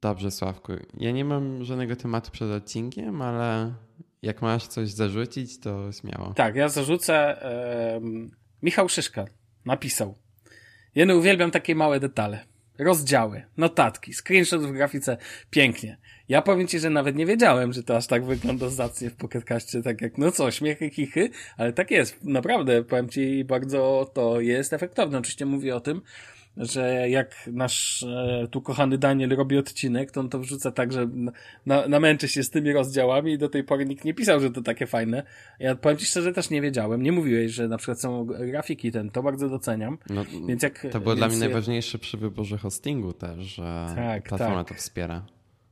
Dobrze, Sławku. Ja nie mam żadnego tematu przed odcinkiem, ale jak masz coś zarzucić, to śmiało. Tak, ja zarzucę. Michał Szyszka napisał. Ja nie uwielbiam takie małe detale. Rozdziały, notatki, screenshot w grafice. Pięknie. Ja powiem ci, że nawet nie wiedziałem, że to aż tak wygląda zacnie w Pocket Castie, tak jak, no co, śmiechy, chichy, ale tak jest. Naprawdę, powiem ci, bardzo to jest efektowne. Oczywiście mówię o tym, że jak nasz tu kochany Daniel robi odcinek, to on to wrzuca tak, że namęczy się z tymi rozdziałami i do tej pory nikt nie pisał, że to takie fajne. Ja powiem ci szczerze, też nie wiedziałem. Nie mówiłeś, że na przykład są grafiki to bardzo doceniam. No, więc jak, to było dla mnie najważniejsze przy wyborze hostingu też, że platforma to wspiera.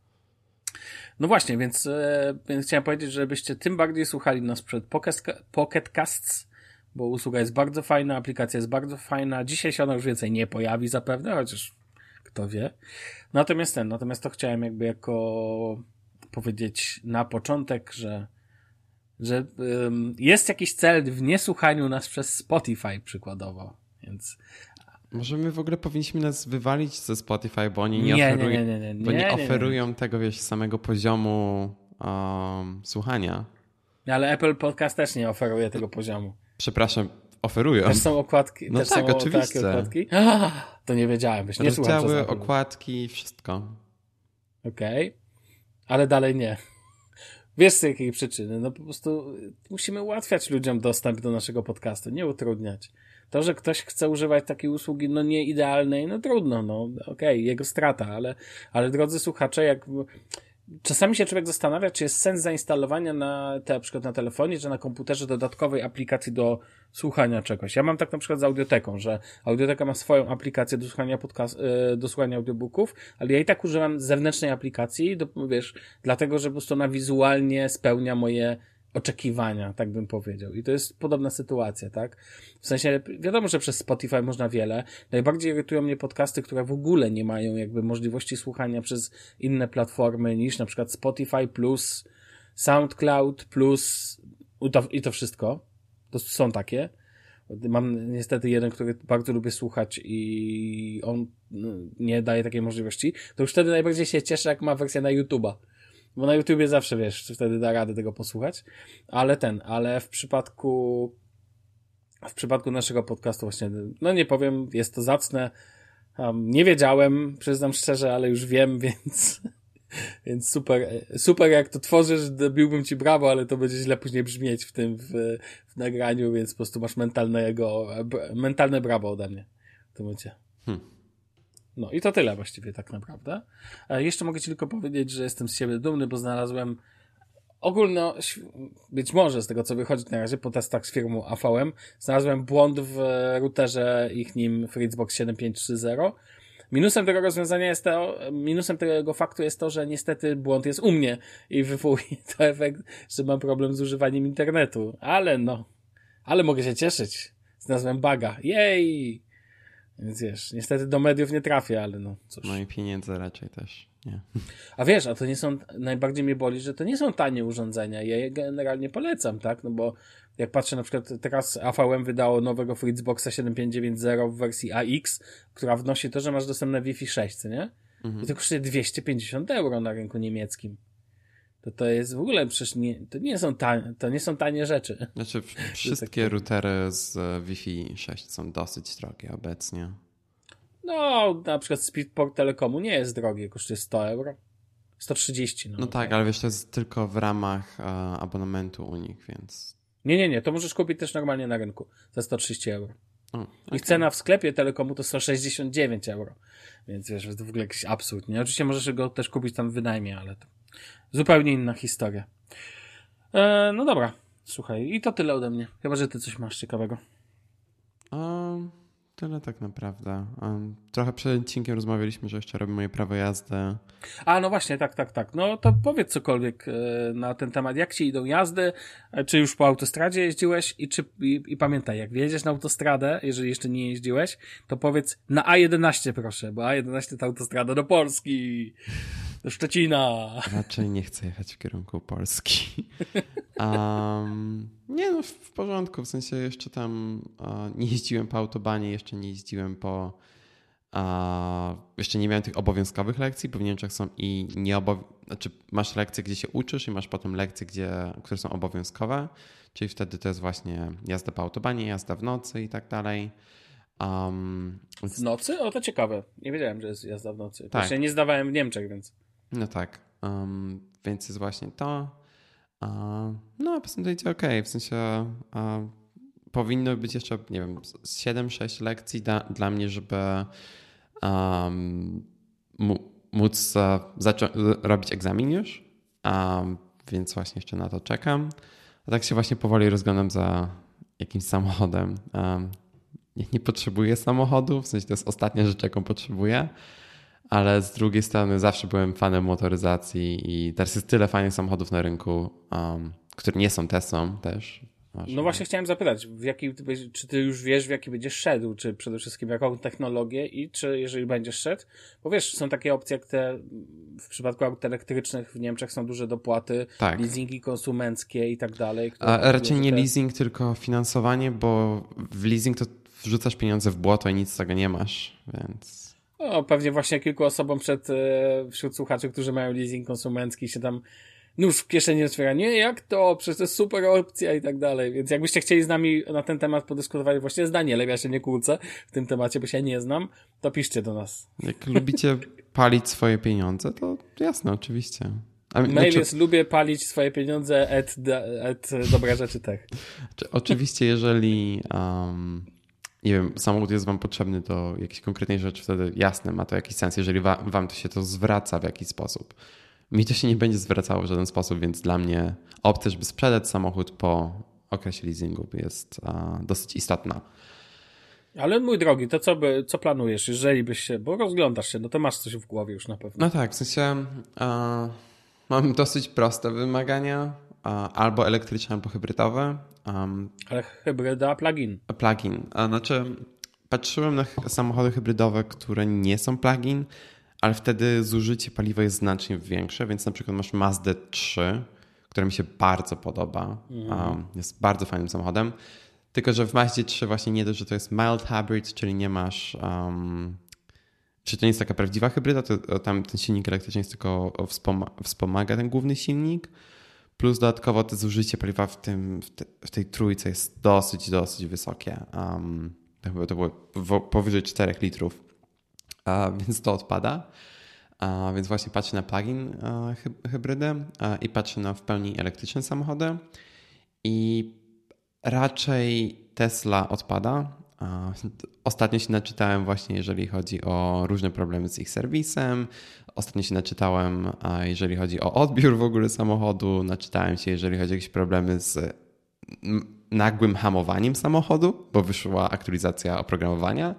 No właśnie, więc chciałem powiedzieć, żebyście tym bardziej słuchali nas przed Pocket Casts, bo usługa jest bardzo fajna, aplikacja jest bardzo fajna. Dzisiaj się ona już więcej nie pojawi zapewne, chociaż kto wie. Natomiast to chciałem jakby jako powiedzieć na początek, że jest jakiś cel w niesłuchaniu nas przez Spotify przykładowo, więc... Może w ogóle powinniśmy nas wywalić ze Spotify, bo oni nie oferują tego, wiesz, samego poziomu słuchania. Ale Apple Podcast też nie oferuje tego poziomu. Przepraszam, oferują. Też są okładki. No też tak, są oczywiście. Takie okładki? To nie wiedziałem. Nie rozdziały, okładki, wszystko. Okej. Ale dalej nie. Wiesz z jakiej przyczyny? No po prostu musimy ułatwiać ludziom dostęp do naszego podcastu, nie utrudniać. To, że ktoś chce używać takiej usługi, no nie idealnej, no trudno, no okej, jego strata, ale drodzy słuchacze, jak... Czasami się człowiek zastanawia, czy jest sens zainstalowania na przykład na telefonie, czy na komputerze dodatkowej aplikacji do słuchania czegoś. Ja mam tak na przykład z Audioteką, że Audioteka ma swoją aplikację do słuchania do słuchania audiobooków, ale ja i tak używam zewnętrznej aplikacji, dlatego, że po prostu ona wizualnie spełnia moje oczekiwania, tak bym powiedział. I to jest podobna sytuacja, tak? W sensie, wiadomo, że przez Spotify można wiele. Najbardziej irytują mnie podcasty, które w ogóle nie mają jakby możliwości słuchania przez inne platformy niż na przykład Spotify plus SoundCloud plus i to wszystko. To są takie. Mam niestety jeden, który bardzo lubię słuchać i on nie daje takiej możliwości. To już wtedy najbardziej się cieszę, jak ma wersję na YouTube'a. Bo na YouTubie zawsze, wiesz, wtedy da radę tego posłuchać. Ale w przypadku naszego podcastu właśnie, no nie powiem, jest to zacne. Nie wiedziałem, przyznam szczerze, ale już wiem, więc super jak to tworzysz, biłbym ci brawo, ale to będzie źle później brzmieć w nagraniu, więc po prostu masz mentalne brawo ode mnie w tym momencie. No i to tyle właściwie tak naprawdę. Jeszcze mogę ci tylko powiedzieć, że jestem z siebie dumny, bo znalazłem być może z tego co wychodzi na razie po testach z firmą AVM, znalazłem błąd w routerze nim Fritzbox 7530. Minusem tego faktu jest to, że niestety błąd jest u mnie i wywołuje to efekt, że mam problem z używaniem internetu. Ale mogę się cieszyć. Znalazłem buga. Jej! Więc wiesz, niestety do mediów nie trafię, ale no cóż. No i pieniędzy raczej też nie. A wiesz, najbardziej mnie boli, że to nie są tanie urządzenia. Ja je generalnie polecam, tak? No bo jak patrzę na przykład teraz AVM wydało nowego Fritzboxa 7590 w wersji AX, która wnosi to, że masz dostęp na Wi-Fi 6, co nie? I to kosztuje 250 euro na rynku niemieckim. To jest w ogóle przecież to nie są tanie rzeczy. Znaczy wszystkie routery z Wi-Fi 6 są dosyć drogie obecnie. No, na przykład Speedport Telekomu nie jest drogie, kosztuje 100 euro. 130. No tak, ale wiesz, to jest tylko w ramach abonamentu u nich, więc... Nie, to możesz kupić też normalnie na rynku za 130 euro. Okay. Ich cena w sklepie Telekomu to 169 euro. Więc wiesz, to w ogóle jakiś absurd. Nie? Oczywiście możesz go też kupić tam w wynajmie, ale to zupełnie inna historia. No dobra, słuchaj, i to tyle ode mnie. Chyba, że ty coś masz ciekawego. Tyle tak naprawdę. Trochę przed odcinkiem rozmawialiśmy, że jeszcze robię moje prawo jazdy. No właśnie, tak. No to powiedz cokolwiek na ten temat. Jak ci idą jazdy? Czy już po autostradzie jeździłeś? I pamiętaj, jak wjedziesz na autostradę, jeżeli jeszcze nie jeździłeś, to powiedz na A11 proszę, bo A11 to autostrada do Polski. Do Szczecina. Raczej nie chcę jechać w kierunku Polski. Nie, no w porządku. W sensie jeszcze tam nie jeździłem po autobanie, jeszcze nie jeździłem po Jeszcze nie miałem tych obowiązkowych lekcji, bo w Niemczech są i znaczy masz lekcje, gdzie się uczysz i masz potem lekcje, które są obowiązkowe, czyli wtedy to jest właśnie jazda po autobanie, jazda w nocy i tak dalej. W nocy? O, to ciekawe. Nie wiedziałem, że jest jazda w nocy. Tak. Właśnie nie zdawałem w Niemczech, więc... No tak. Więc jest właśnie to. No, a poza tym to idzie okej. W sensie powinno być jeszcze, nie wiem, 7-6 lekcji dla mnie, żeby móc robić egzamin już. Więc właśnie jeszcze na to czekam. A tak się właśnie powoli rozglądam za jakimś samochodem. Nie potrzebuję samochodu, w sensie to jest ostatnia rzecz, jaką potrzebuję. Ale z drugiej strony zawsze byłem fanem motoryzacji i teraz jest tyle fajnych samochodów na rynku, które nie są Teslą też. No właśnie chciałem zapytać, czy ty już wiesz, w jaki będziesz szedł, czy przede wszystkim jaką technologię i czy jeżeli będziesz szedł, bo wiesz, są takie opcje, jak te w przypadku aut elektrycznych w Niemczech są duże dopłaty, tak. Leasingi konsumenckie i tak dalej. A raczej nie leasing, tylko finansowanie, bo w leasing to wrzucasz pieniądze w błoto i nic z tego nie masz, więc... No, pewnie właśnie kilku osobom wśród słuchaczy, którzy mają leasing konsumencki się tam nóż w kieszeni otwiera. Nie, jak to? Przecież to jest super opcja i tak dalej. Więc jakbyście chcieli z nami na ten temat podyskutować właśnie z Danielem, ja się nie kłócę w tym temacie, bo się nie znam, to piszcie do nas. Jak lubicie palić swoje pieniądze, to jasne, oczywiście. Mail jest lubię palić swoje pieniądze dobre rzeczy tech. Oczywiście, jeżeli nie wiem, samochód jest wam potrzebny do jakiejś konkretnej rzeczy, wtedy jasne, ma to jakiś sens, jeżeli wam to się to zwraca w jakiś sposób. Mi to się nie będzie zwracało w żaden sposób, więc dla mnie opcja, żeby sprzedać samochód po okresie leasingu jest dosyć istotna. Ale mój drogi, to co planujesz, jeżeli byś się, bo rozglądasz się, no to masz coś w głowie już na pewno. No tak, w sensie mam dosyć proste wymagania, albo elektryczne, albo hybrydowe. Ale hybryda, plug-in. Plug-in. Znaczy, patrzyłem na samochody hybrydowe, które nie są plug-in, ale wtedy zużycie paliwa jest znacznie większe, więc na przykład masz Mazdę 3, która mi się bardzo podoba. Jest bardzo fajnym samochodem. Tylko że w Mazdzie 3 właśnie nie dość, że to jest mild hybrid, czyli nie masz... Czy to nie jest taka prawdziwa hybryda, to tam ten silnik elektryczny jest tylko wspomaga ten główny silnik. Plus dodatkowo to zużycie paliwa w tej trójce jest dosyć wysokie. Chyba to było powyżej 4 litrów, więc to odpada. Więc właśnie patrzę na plug-in hybrydę i patrzę na w pełni elektryczne samochody. I raczej Tesla odpada. Ostatnio się naczytałem właśnie, jeżeli chodzi o różne problemy z ich serwisem. Ostatnio się naczytałem, jeżeli chodzi o odbiór w ogóle samochodu. Naczytałem się, jeżeli chodzi o jakieś problemy z nagłym hamowaniem samochodu, bo wyszła aktualizacja oprogramowania.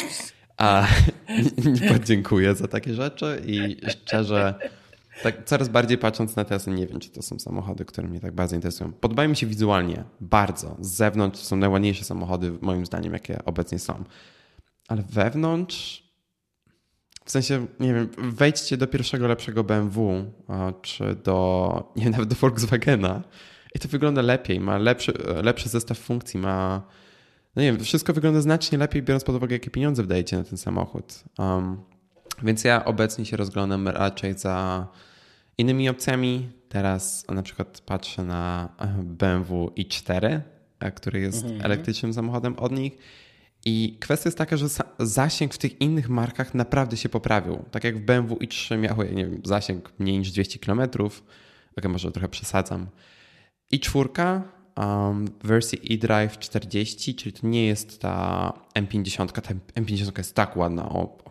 Nie podziękuję za takie rzeczy i szczerze, tak coraz bardziej patrząc na Tesla, nie wiem, czy to są samochody, które mnie tak bardzo interesują. Podobają mi się wizualnie, bardzo. Z zewnątrz są najładniejsze samochody, moim zdaniem, jakie obecnie są. Ale wewnątrz, w sensie, nie wiem, wejdźcie do pierwszego lepszego BMW, czy do, nie wiem, nawet do Volkswagena i to wygląda lepiej, ma lepszy zestaw funkcji, ma, no nie wiem, wszystko wygląda znacznie lepiej, biorąc pod uwagę, jakie pieniądze wydajecie na ten samochód. Więc ja obecnie się rozglądam raczej za innymi opcjami. Teraz na przykład patrzę na BMW i4, który jest elektrycznym samochodem od nich. I kwestia jest taka, że zasięg w tych innych markach naprawdę się poprawił. Tak jak w BMW i3 miało, nie wiem, zasięg mniej niż 200 km. Okay, może trochę przesadzam. I4 w wersji eDrive 40, czyli to nie jest ta M50. Ta M50 jest tak ładna.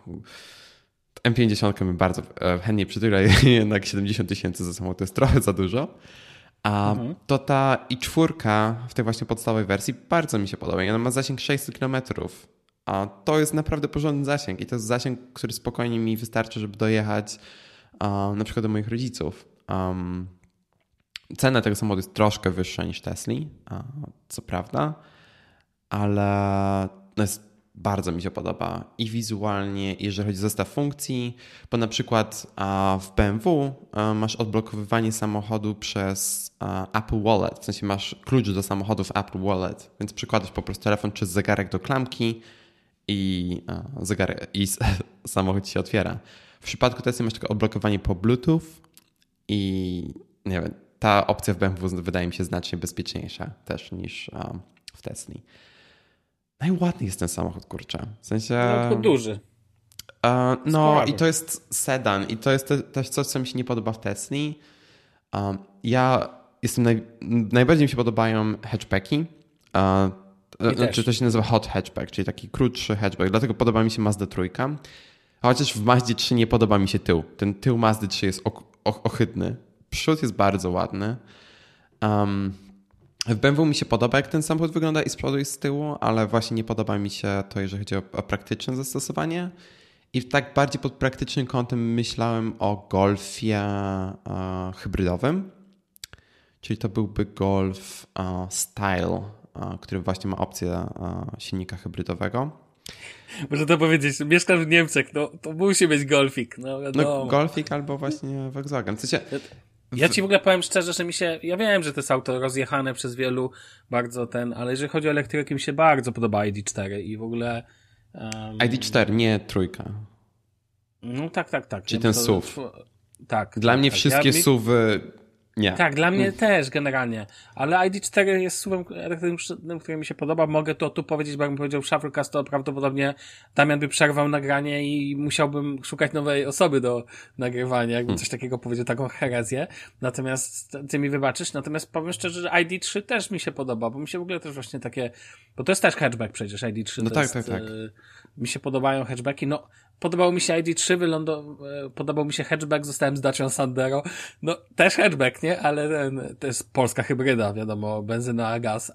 M50 bym bardzo chętnie przytulał, jednak 70 000 za samochód to jest trochę za dużo. To ta i4 w tej właśnie podstawowej wersji bardzo mi się podoba. Ona ma zasięg 600 km. A to jest naprawdę porządny zasięg. I to jest zasięg, który spokojnie mi wystarczy, żeby dojechać na przykład do moich rodziców. Cena tego samochodu jest troszkę wyższa niż Tesli, co prawda, ale bardzo mi się podoba i wizualnie, jeżeli chodzi o zestaw funkcji, bo na przykład w BMW masz odblokowywanie samochodu przez Apple Wallet, w sensie masz klucz do samochodu w Apple Wallet, więc przykładasz po prostu telefon czy zegarek do klamki i zegar i samochód się otwiera. W przypadku Tesla masz tylko odblokowanie po Bluetooth i nie wiem, ta opcja w BMW wydaje mi się znacznie bezpieczniejsza też niż w Tesli. No i ładny jest ten samochód, kurczę. W sensie... No tylko duży. No i to jest sedan i to jest też coś, co mi się nie podoba w Tesli. Ja jestem najbardziej mi się podobają hatchbacki. Znaczy to się nazywa hot hatchback, czyli taki krótszy hatchback. Dlatego podoba mi się Mazda 3. Chociaż w Mazdzie 3 nie podoba mi się tył. Ten tył Mazdy 3 jest ohydny. Przód jest bardzo ładny. W BMW mi się podoba, jak ten samochód wygląda i z przodu i z tyłu, ale właśnie nie podoba mi się to, jeżeli chodzi o praktyczne zastosowanie. I tak bardziej pod praktycznym kątem myślałem o Golfie hybrydowym. Czyli to byłby Golf Style, który właśnie ma opcję silnika hybrydowego. Muszę to powiedzieć, mieszkasz w Niemczech, no to musi być Golfik. No, Golfik albo właśnie Volkswagen. W sensie, ja ci w ogóle powiem szczerze, że ja wiem, że to jest auto rozjechane przez wielu bardzo ale jeżeli chodzi o elektrykę, mi się bardzo podoba ID4 i w ogóle... ID4, nie trójka. No tak. Czyli ten SUV. Tak. Dla mnie wszystkie SUVy... Nie. Tak, dla mnie też generalnie, ale ID4 jest SUV-em elektrycznym, który mi się podoba. Mogę to tu powiedzieć, bo jakbym powiedział Shufflecast, to prawdopodobnie Damian by przerwał nagranie i musiałbym szukać nowej osoby do nagrywania, jakbym coś takiego powiedział, taką herezję. Natomiast ty mi wybaczysz, natomiast powiem szczerze, że ID3 też mi się podoba, bo mi się w ogóle też właśnie takie, bo to jest też hatchback przecież ID3. No tak. Mi się podobają hatchbacki, no podobał mi się ID3, podobał mi się hatchback, zostałem z Dacią Sandero. No, też hatchback, nie? Ale to jest polska hybryda, wiadomo, benzyna, gaz,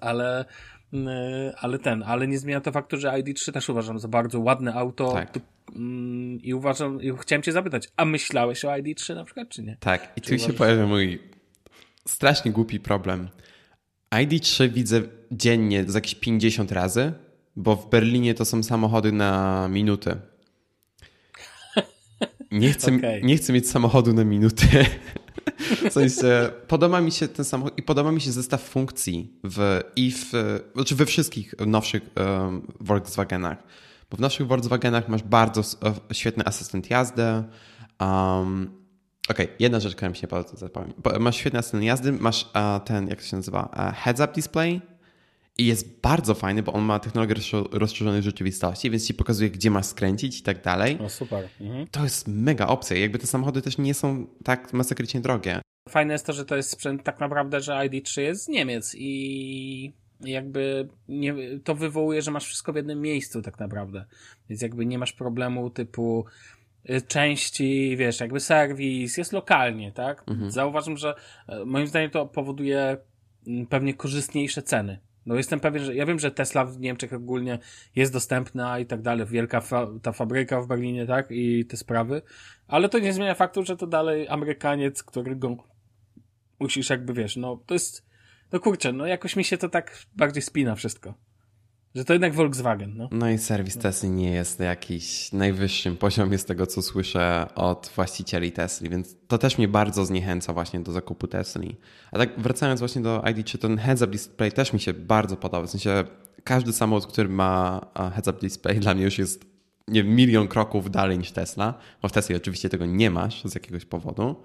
ale nie zmienia to faktu, że ID3 też uważam za bardzo ładne auto. Tak. I chciałem cię zapytać, a myślałeś o ID3 na przykład, czy nie? Tak, i tu się pojawia mój strasznie głupi problem. ID3 widzę dziennie z jakieś 50 razy, bo w Berlinie to są samochody na minuty. Nie chcę mieć samochodu na minutę. W sensie, podoba mi się ten samochód i podoba mi się zestaw funkcji znaczy we wszystkich nowszych Volkswagenach. Bo w nowszych Volkswagenach masz bardzo świetny asystent jazdy. Jedna rzecz, która mi się nie podoba, to zapomnę. Masz świetny asystent jazdy, masz ten, jak to się nazywa, heads-up display. I jest bardzo fajny, bo on ma technologię rozszerzonej rzeczywistości, więc ci pokazuje, gdzie masz skręcić i tak dalej. No super. To jest mega opcja. Jakby te samochody też nie są tak masakrycznie drogie. Fajne jest to, że to jest sprzęt tak naprawdę, że ID3 jest z Niemiec i jakby to wywołuje, że masz wszystko w jednym miejscu tak naprawdę. Więc jakby nie masz problemu typu części, wiesz, jakby serwis, jest lokalnie, tak? Zauważam, że moim zdaniem to powoduje pewnie korzystniejsze ceny. No jestem pewien, że ja wiem, że Tesla w Niemczech ogólnie jest dostępna i tak dalej, wielka ta fabryka w Berlinie, tak, i te sprawy, ale to nie zmienia faktu, że to dalej Amerykaniec, którego musisz jakby, wiesz, no to jest, no kurczę, no jakoś mi się to tak bardziej spina wszystko. Że to jednak Volkswagen, no. No i serwis Tesla nie jest na jakiś najwyższym poziomie z tego, co słyszę od właścicieli Tesli, więc to też mnie bardzo zniechęca właśnie do zakupu Tesli. A tak wracając właśnie do ID3, ten heads-up display też mi się bardzo podoba. W sensie każdy samochód, który ma heads-up display dla mnie już jest milion kroków dalej niż Tesla, bo w Tesli oczywiście tego nie masz z jakiegoś powodu.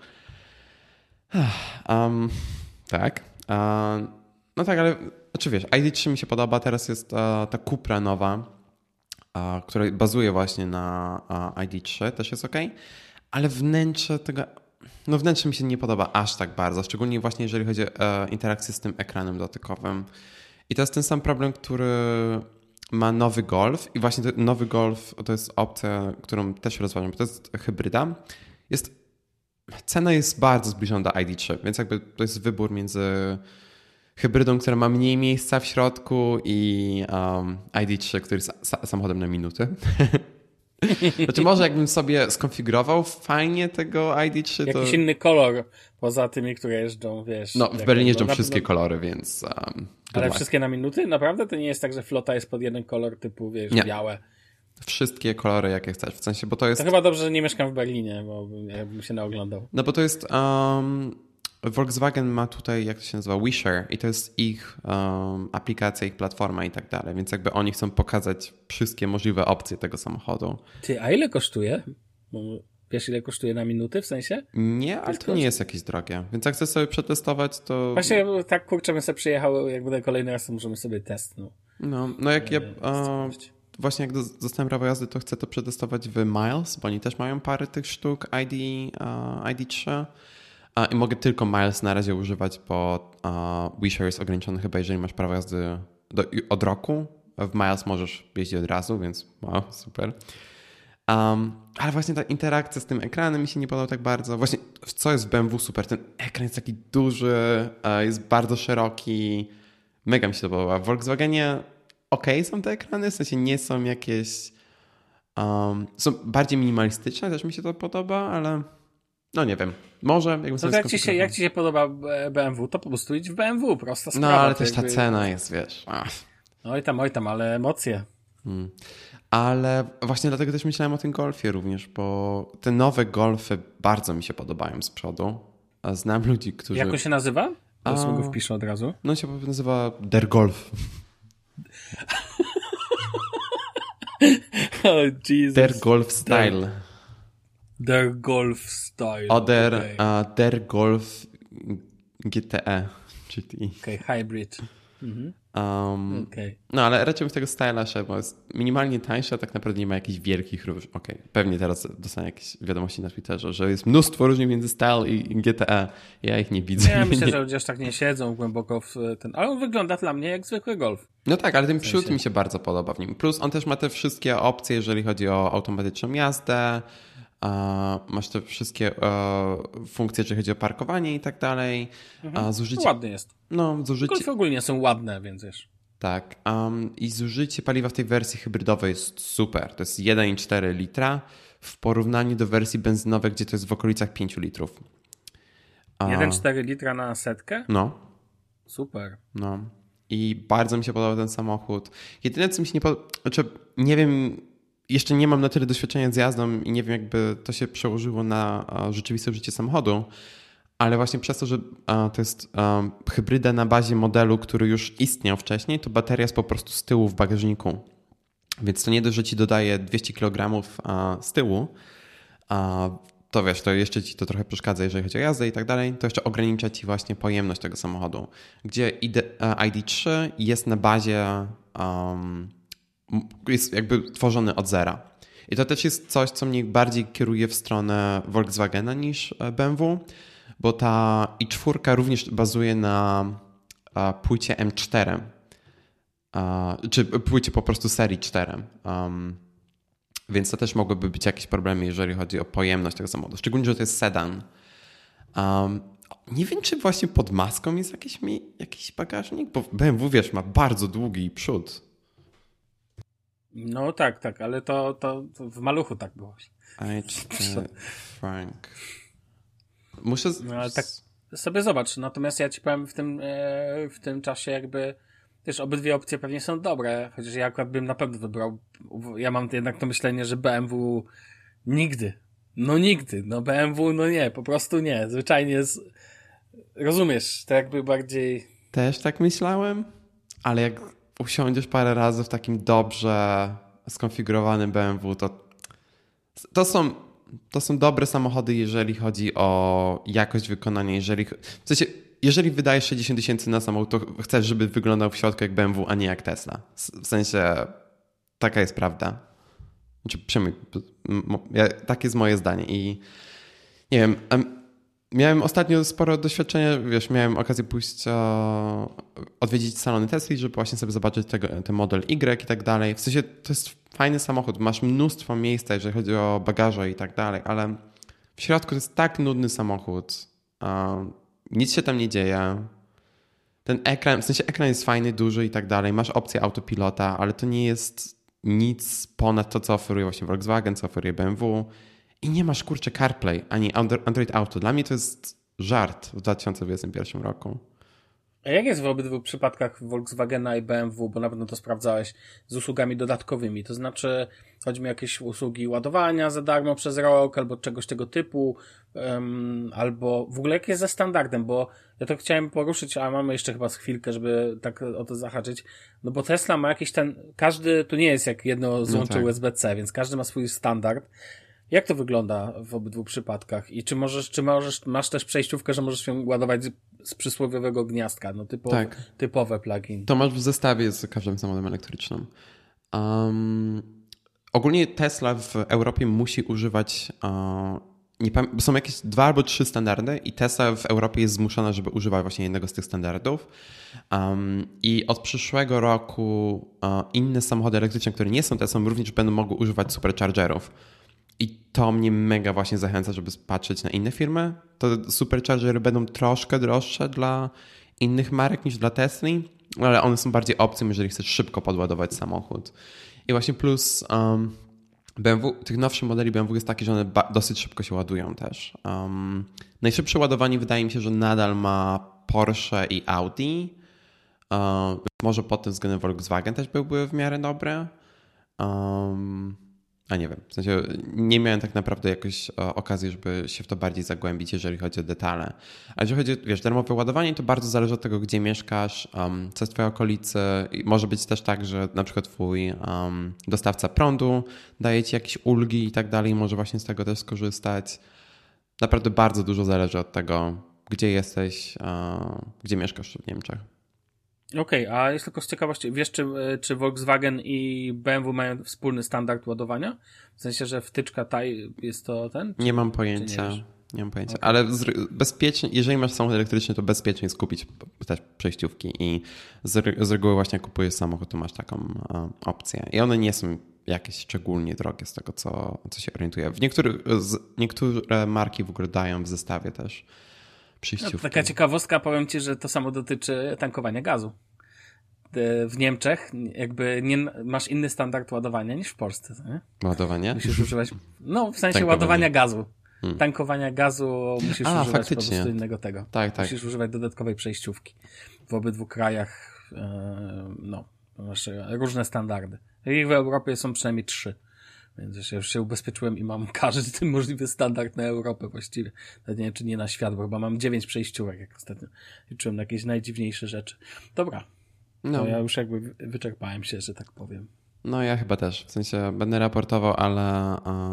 Tak. No tak, ale znaczy wiesz, ID3 mi się podoba, teraz jest ta Cupra nowa, która bazuje właśnie na ID3, też jest ok, ale wnętrze mi się nie podoba aż tak bardzo, szczególnie właśnie jeżeli chodzi o interakcję z tym ekranem dotykowym. I to jest ten sam problem, który ma nowy Golf i właśnie nowy Golf to jest opcja, którą też rozważam, bo to jest hybryda. Cena jest bardzo zbliżona do ID3, więc jakby to jest wybór między hybrydą, która ma mniej miejsca w środku i ID3, który jest samochodem na minuty. Znaczy może jakbym sobie skonfigurował fajnie tego ID3, to... Jakiś inny kolor poza tymi, które jeżdżą, wiesz... No, w Berlinie jeżdżą wszystkie kolory, więc... ale wszystkie na minuty? Naprawdę? To nie jest tak, że flota jest pod jeden kolor typu, wiesz, nie. Białe? Wszystkie kolory, jakie chcesz. W sensie, bo to jest... To chyba dobrze, że nie mieszkam w Berlinie, bo bym się naoglądał. No bo to jest... Volkswagen ma tutaj, jak to się nazywa, WeShare i to jest ich aplikacja, ich platforma i tak dalej, więc jakby oni chcą pokazać wszystkie możliwe opcje tego samochodu. Ty, a ile kosztuje? Wiesz, ile kosztuje na minuty w sensie? Nie, ale to nie jest jakieś drogie, więc jak chcesz sobie przetestować, to... Właśnie tak, kurczę, bym sobie przyjechał, jak będę kolejny raz, to możemy sobie test. No jak ja... Właśnie jak dostałem prawo jazdy, to chcę to przetestować w Miles, bo oni też mają parę tych sztuk ID3 i mogę tylko Miles na razie używać, bo WeShare jest ograniczony chyba, jeżeli masz prawo jazdy od roku. W Miles możesz jeździć od razu, więc wow, super. Ale właśnie ta interakcja z tym ekranem mi się nie podoba tak bardzo. Właśnie co jest w BMW super, ten ekran jest taki duży, jest bardzo szeroki, mega mi się to podoba. W Volkswagenie są te ekrany, w sensie nie są jakieś... są bardziej minimalistyczne, też mi się to podoba, ale no nie wiem. Może jakbym sobie jak ci się podoba BMW, to po prostu idź w BMW, prosta sprawa. No ale też ta cena jest, wiesz... Oj tam, ale emocje. Ale właśnie dlatego też myślałem o tym Golfie również, bo te nowe Golfy bardzo mi się podobają z przodu. Znam ludzi, którzy... Jak on się nazywa? Ja sobie go wpiszę od razu. No się nazywa Der Golf. Oh, Jesus. Der Golf Style. Der Golf Style. Der Golf GTE. Okej, hybrid. No ale raczej bym z tego styla szedł, bo jest minimalnie tańsze, a tak naprawdę nie ma jakichś wielkich różnic. Pewnie teraz dostanę jakieś wiadomości na Twitterze, że jest mnóstwo różnic między Style i GTE. Ja ich nie widzę. Ja myślę, że ludzie aż tak nie siedzą głęboko w ten... Ale on wygląda dla mnie jak zwykły Golf. No tak, ale ten przód mi się bardzo podoba w nim. Plus on też ma te wszystkie opcje, jeżeli chodzi o automatyczną jazdę. Masz te wszystkie funkcje, jeżeli chodzi o parkowanie i tak dalej. Zużycie... Ładny jest. No, zużycie... Golfy ogólnie są ładne, więc wiesz. Tak. I zużycie paliwa w tej wersji hybrydowej jest super. To jest 1,4 litra w porównaniu do wersji benzynowej, gdzie to jest w okolicach 5 litrów. 1,4 litra na setkę? No. Super. No. I bardzo mi się podobał ten samochód. Jedyne, co mi się nie podoba... Znaczy, nie wiem... Jeszcze nie mam na tyle doświadczenia z jazdą i nie wiem, jakby to się przełożyło na rzeczywiste życie samochodu, ale właśnie przez to, że to jest hybryda na bazie modelu, który już istniał wcześniej, to bateria jest po prostu z tyłu w bagażniku. Więc to nie dość, że ci dodaje 200 kg z tyłu, to wiesz, to jeszcze ci to trochę przeszkadza, jeżeli chodzi o jazdę i tak dalej, to jeszcze ogranicza ci właśnie pojemność tego samochodu, gdzie ID3 jest na bazie... jest jakby tworzony od zera. I to też jest coś, co mnie bardziej kieruje w stronę Volkswagena niż BMW, bo ta i4 również bazuje na płycie M4, czy płycie po prostu serii 4. Więc to też mogłyby być jakieś problemy, jeżeli chodzi o pojemność tego samochodu. Szczególnie, że to jest sedan. Nie wiem, czy właśnie pod maską jest jakiś bagażnik, bo BMW, wiesz, ma bardzo długi przód. No tak, ale to w maluchu tak było. Frank. Muszę... No ale tak sobie zobacz. Natomiast ja ci powiem w tym czasie jakby też obydwie opcje pewnie są dobre, chociaż ja akurat bym na pewno wybrał. Ja mam jednak to myślenie, że BMW nigdy. No BMW no nie, po prostu nie. Zwyczajnie jest... Rozumiesz, to jakby bardziej... Też tak myślałem, ale jak usiądziesz parę razy w takim dobrze skonfigurowanym BMW, to są dobre samochody, jeżeli chodzi o jakość wykonania. W sensie, jeżeli wydajesz 60 000 na samochód, to chcesz, żeby wyglądał w środku jak BMW, a nie jak Tesla. W sensie, taka jest prawda. Znaczy, przynajmniej, takie jest moje zdanie. I nie wiem, miałem ostatnio sporo doświadczenia, wiesz, miałem okazję pójść odwiedzić salony Tesla, żeby właśnie sobie zobaczyć ten model Y i tak dalej. W sensie to jest fajny samochód, masz mnóstwo miejsca, jeżeli chodzi o bagaże i tak dalej, ale w środku to jest tak nudny samochód. Nic się tam nie dzieje. Ten ekran, w sensie ekran jest fajny, duży i tak dalej. Masz opcję autopilota, ale to nie jest nic ponad to, co oferuje właśnie Volkswagen, co oferuje BMW. I nie masz, kurczę, CarPlay ani Android Auto. Dla mnie to jest żart w 2021 roku. A jak jest w obydwu przypadkach Volkswagena i BMW, bo na pewno to sprawdzałeś, z usługami dodatkowymi? To znaczy, chodzi mi o jakieś usługi ładowania za darmo przez rok, albo czegoś tego typu, albo w ogóle jak jest ze standardem, bo ja to chciałem poruszyć, a mamy jeszcze chyba z chwilkę, żeby tak o to zahaczyć, no bo Tesla ma jakiś każdy, to nie jest jak jedno złącze tak. USB-C, więc każdy ma swój standard. Jak to wygląda w obydwu przypadkach? I czy masz też przejściówkę, że możesz się ładować z przysłowiowego gniazdka, no typowe plugin. To masz w zestawie z każdym samochodem elektrycznym. Ogólnie Tesla w Europie musi używać, są jakieś 2 albo 3 standardy i Tesla w Europie jest zmuszona, żeby używać właśnie jednego z tych standardów. I od przyszłego roku inne samochody elektryczne, które nie są Teslą, również będą mogły używać superchargerów. I to mnie mega właśnie zachęca, żeby patrzeć na inne firmy. To superchargery będą troszkę droższe dla innych marek niż dla Tesli, ale one są bardziej opcją, jeżeli chcesz szybko podładować samochód. I właśnie plus BMW, tych nowszych modeli BMW jest taki, że one dosyć szybko się ładują też. Najszybsze ładowanie wydaje mi się, że nadal ma Porsche i Audi. Może pod tym względem Volkswagen też byłby w miarę dobry. A nie wiem, w sensie nie miałem tak naprawdę jakoś okazji, żeby się w to bardziej zagłębić, jeżeli chodzi o detale. A jeżeli chodzi o, wiesz, darmowe ładowanie, to bardzo zależy od tego, gdzie mieszkasz, co jest w twojej okolicy. I może być też tak, że na przykład twój dostawca prądu daje ci jakieś ulgi i tak dalej, może właśnie z tego też skorzystać. Naprawdę bardzo dużo zależy od tego, gdzie jesteś, gdzie mieszkasz w Niemczech. Okej, a jest tylko z ciekawości, wiesz czy Volkswagen i BMW mają wspólny standard ładowania? W sensie, że wtyczka jest to ten? Nie mam pojęcia. Nie mam pojęcia, okay. Ale bezpiecznie, jeżeli masz samochód elektryczny, to bezpiecznie jest kupić też przejściówki i z reguły właśnie jak kupujesz samochód, to masz taką opcję. I one nie są jakieś szczególnie drogie z tego, co się orientuję. Niektóre marki w ogóle dają w zestawie też przejściówki. No, taka ciekawostka, powiem ci, że to samo dotyczy tankowania gazu. W Niemczech jakby masz inny standard ładowania niż w Polsce. Nie? Ładowanie? Musisz używać, no w sensie ładowania gazu. Tankowania gazu musisz używać faktycznie. Po prostu innego tego. Tak. Musisz używać dodatkowej przejściówki. W obydwu krajach masz różne standardy. Ich w Europie są przynajmniej 3. Więc ja już się ubezpieczyłem i mam każdy możliwy standard na Europę właściwie. Nawet nie wiem, czy nie na świat, bo chyba mam 9 przejściówek, jak ostatnio liczyłem na jakieś najdziwniejsze rzeczy. Dobra. No ja już jakby wyczerpałem się, że tak powiem. No ja chyba też. W sensie będę raportował, ale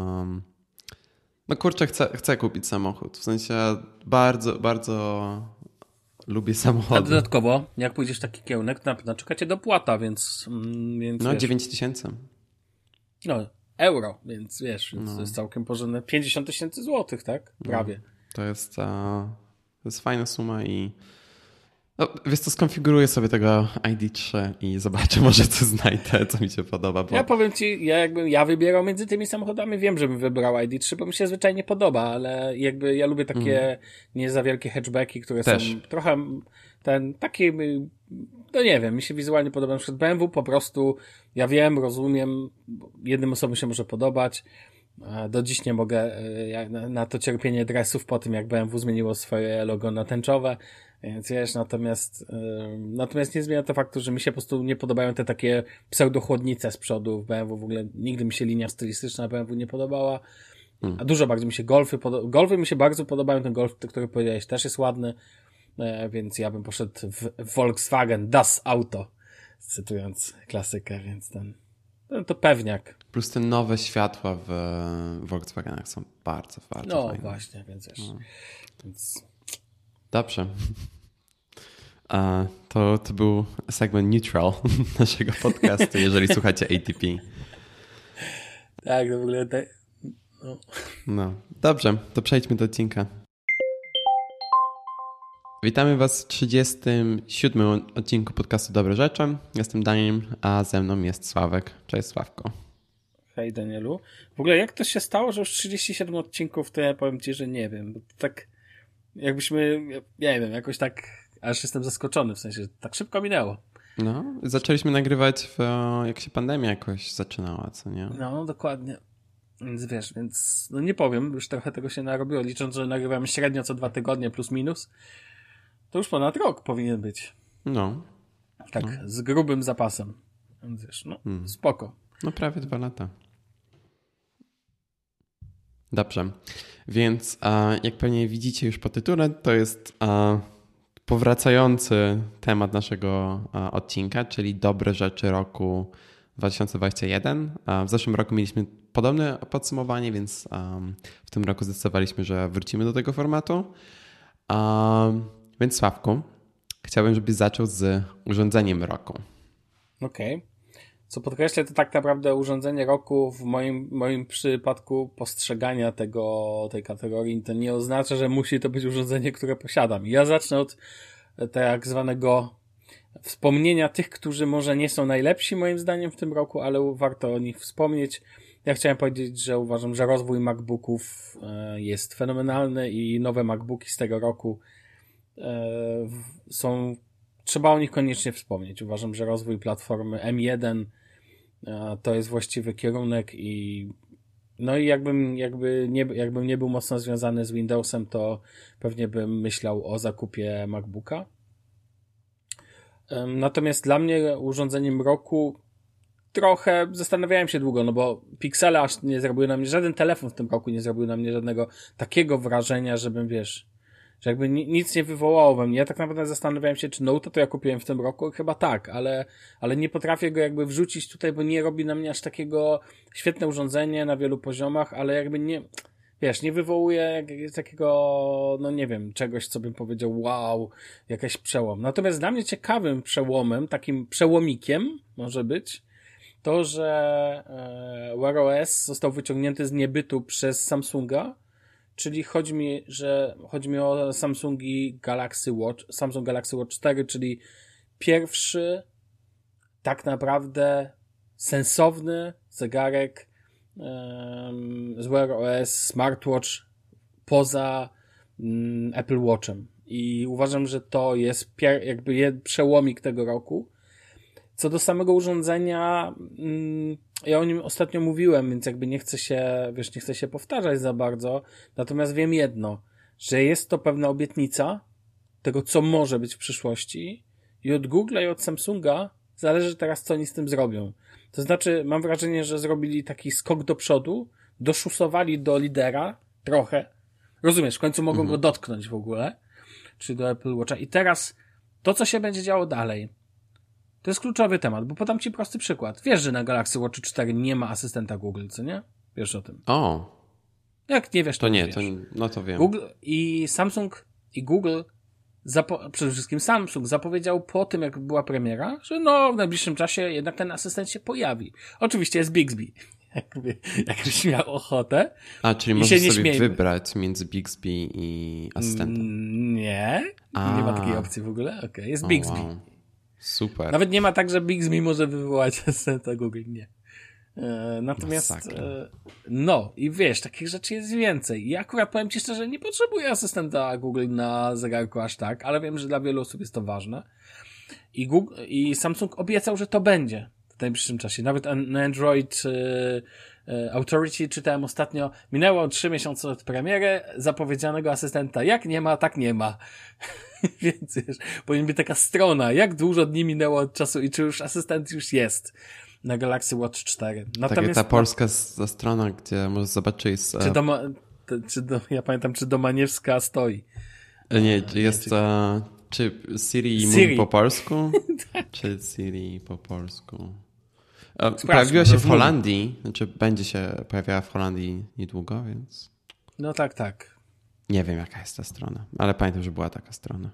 no kurczę, chcę kupić samochód. W sensie bardzo, bardzo lubię samochody. A dodatkowo, jak pójdziesz taki kierunek, to na pewno czekacie dopłata, więc no wiesz, 9,000. No, euro, więc wiesz, to jest całkiem porządne. 50 000 złotych, tak? Prawie. To jest fajna suma i no, wiesz co, skonfiguruję sobie tego ID3 i zobaczę może co znajdę, co mi się podoba. Bo... Ja powiem ci, ja wybierał między tymi samochodami, wiem, żebym wybrał ID3, bo mi się zwyczajnie podoba, ale jakby ja lubię takie nie za wielkie hatchbacki, które też są trochę takie, no nie wiem, mi się wizualnie podoba. Na przykład BMW po prostu, ja wiem, rozumiem, jednym osobom się może podobać. Do dziś nie mogę na to cierpienie dresów po tym, jak BMW zmieniło swoje logo na tęczowe, więc wiesz, natomiast nie zmienia to faktu, że mi się po prostu nie podobają te takie pseudochłodnice z przodu w BMW. W ogóle nigdy mi się linia stylistyczna BMW nie podobała, a dużo bardziej mi się golfy mi się bardzo podobają. Ten golf, który powiedziałeś, też jest ładny, więc ja bym poszedł w Volkswagen Das Auto, cytując klasykę, więc to pewniak. Plus te nowe światła w Volkswagenach są bardzo, bardzo fajne. No właśnie, więc wiesz. Więc... Dobrze. To był segment neutral naszego podcastu, jeżeli słuchacie ATP. Tak, to w ogóle... No, dobrze, to przejdźmy do odcinka. Witamy Was w 37. odcinku podcastu Dobre Rzeczy. Jestem Daniel, a ze mną jest Sławek. Cześć Sławko. Hej Danielu. W ogóle jak to się stało, że już 37 odcinków, to ja powiem Ci, że nie wiem. Bo tak jakbyśmy, nie wiem, jakoś tak, aż jestem zaskoczony, w sensie tak szybko minęło. No, zaczęliśmy nagrywać jak się pandemia jakoś zaczynała, co nie? No, dokładnie. Więc wiesz, no nie powiem, już trochę tego się narobiło, licząc, że nagrywamy średnio co 2 tygodnie plus minus. To już ponad rok powinien być. No. Tak, z grubym zapasem. Więc wiesz, spoko. No prawie 2 lata. Dobrze. Więc jak pewnie widzicie już po tytule, to jest powracający temat naszego odcinka, czyli dobre rzeczy roku 2021. W zeszłym roku mieliśmy podobne podsumowanie, więc w tym roku zdecydowaliśmy, że wrócimy do tego formatu. Więc Sławku, chciałbym, żebyś zaczął z urządzeniem roku. Okej. Co podkreślę, to tak naprawdę urządzenie roku w moim przypadku postrzegania tej kategorii to nie oznacza, że musi to być urządzenie, które posiadam. Ja zacznę od tak zwanego wspomnienia tych, którzy może nie są najlepsi moim zdaniem w tym roku, ale warto o nich wspomnieć. Ja chciałem powiedzieć, że uważam, że rozwój MacBooków jest fenomenalny i nowe MacBooki z tego roku trzeba o nich koniecznie wspomnieć. Uważam, że rozwój platformy M1 to jest właściwy kierunek i jakbym nie był mocno związany z Windowsem, to pewnie bym myślał o zakupie MacBooka. Natomiast dla mnie urządzeniem roku trochę zastanawiałem się długo, no bo piksele aż nie zrobiły na mnie, żaden telefon w tym roku nie zrobił na mnie żadnego takiego wrażenia, żebym, wiesz, że jakby nic nie wywołało we mnie. Ja tak naprawdę zastanawiałem się, czy Note'a to ja kupiłem w tym roku. Chyba tak, ale nie potrafię go jakby wrzucić tutaj, bo nie robi na mnie aż takiego świetne urządzenie na wielu poziomach, ale jakby nie, wiesz, nie wywołuje takiego, no nie wiem, czegoś, co bym powiedział, wow, jakaś przełom. Natomiast dla mnie ciekawym przełomem, takim przełomikiem może być to, że Wear OS został wyciągnięty z niebytu przez Samsunga. Czyli chodzi mi o Samsung Galaxy Watch 4, czyli pierwszy tak naprawdę sensowny zegarek z Wear OS, smartwatch poza Apple Watchem. I uważam, że to jest przełomik tego roku. Co do samego urządzenia, ja o nim ostatnio mówiłem, więc jakby nie chcę się powtarzać za bardzo. Natomiast wiem jedno, że jest to pewna obietnica tego, co może być w przyszłości i od Google'a i od Samsunga zależy teraz, co oni z tym zrobią. To znaczy, mam wrażenie, że zrobili taki skok do przodu, doszusowali do lidera trochę. Rozumiesz, w końcu mogą go dotknąć w ogóle, czy do Apple Watcha. I teraz to, co się będzie działo dalej, to jest kluczowy temat, bo podam ci prosty przykład. Wiesz, że na Galaxy Watch 4 nie ma asystenta Google, co nie? Wiesz o tym. O. Jak nie wiesz, to nie, wiesz. to wiem. Google i Samsung i Google, przede wszystkim Samsung zapowiedział po tym, jak była premiera, że w najbliższym czasie jednak ten asystent się pojawi. Oczywiście jest Bixby. Jakbyś miał ochotę. Czyli możesz sobie wybrać między Bixby i asystentem. Nie ma takiej opcji w ogóle. Okej, jest Bixby. Wow. Super. Nawet nie ma tak, że Bixby może wywołać asystenta Google, nie. Natomiast i wiesz, takich rzeczy jest więcej. Ja akurat powiem ci szczerze, nie potrzebuję asystenta Google na zegarku aż tak, ale wiem, że dla wielu osób jest to ważne. I Samsung obiecał, że to będzie w najbliższym czasie. Nawet na Android Authority czytałem ostatnio, minęło 3 miesiące od premiery zapowiedzianego asystenta. Jak nie ma, tak nie ma. Więc wiesz, powinien być taka strona, jak dużo dni minęło od czasu i czy już asystent już jest na Galaxy Watch 4. Natomiast ta polska strona, gdzie możesz zobaczyć... ja pamiętam, czy Domaniewska stoi. Nie, jest... Czy Siri mówi po polsku? Czy Siri po polsku? Pojawiła się w Holandii, będzie się pojawiała w Holandii niedługo, więc... No tak. Nie wiem, jaka jest ta strona, ale pamiętam, że była taka strona.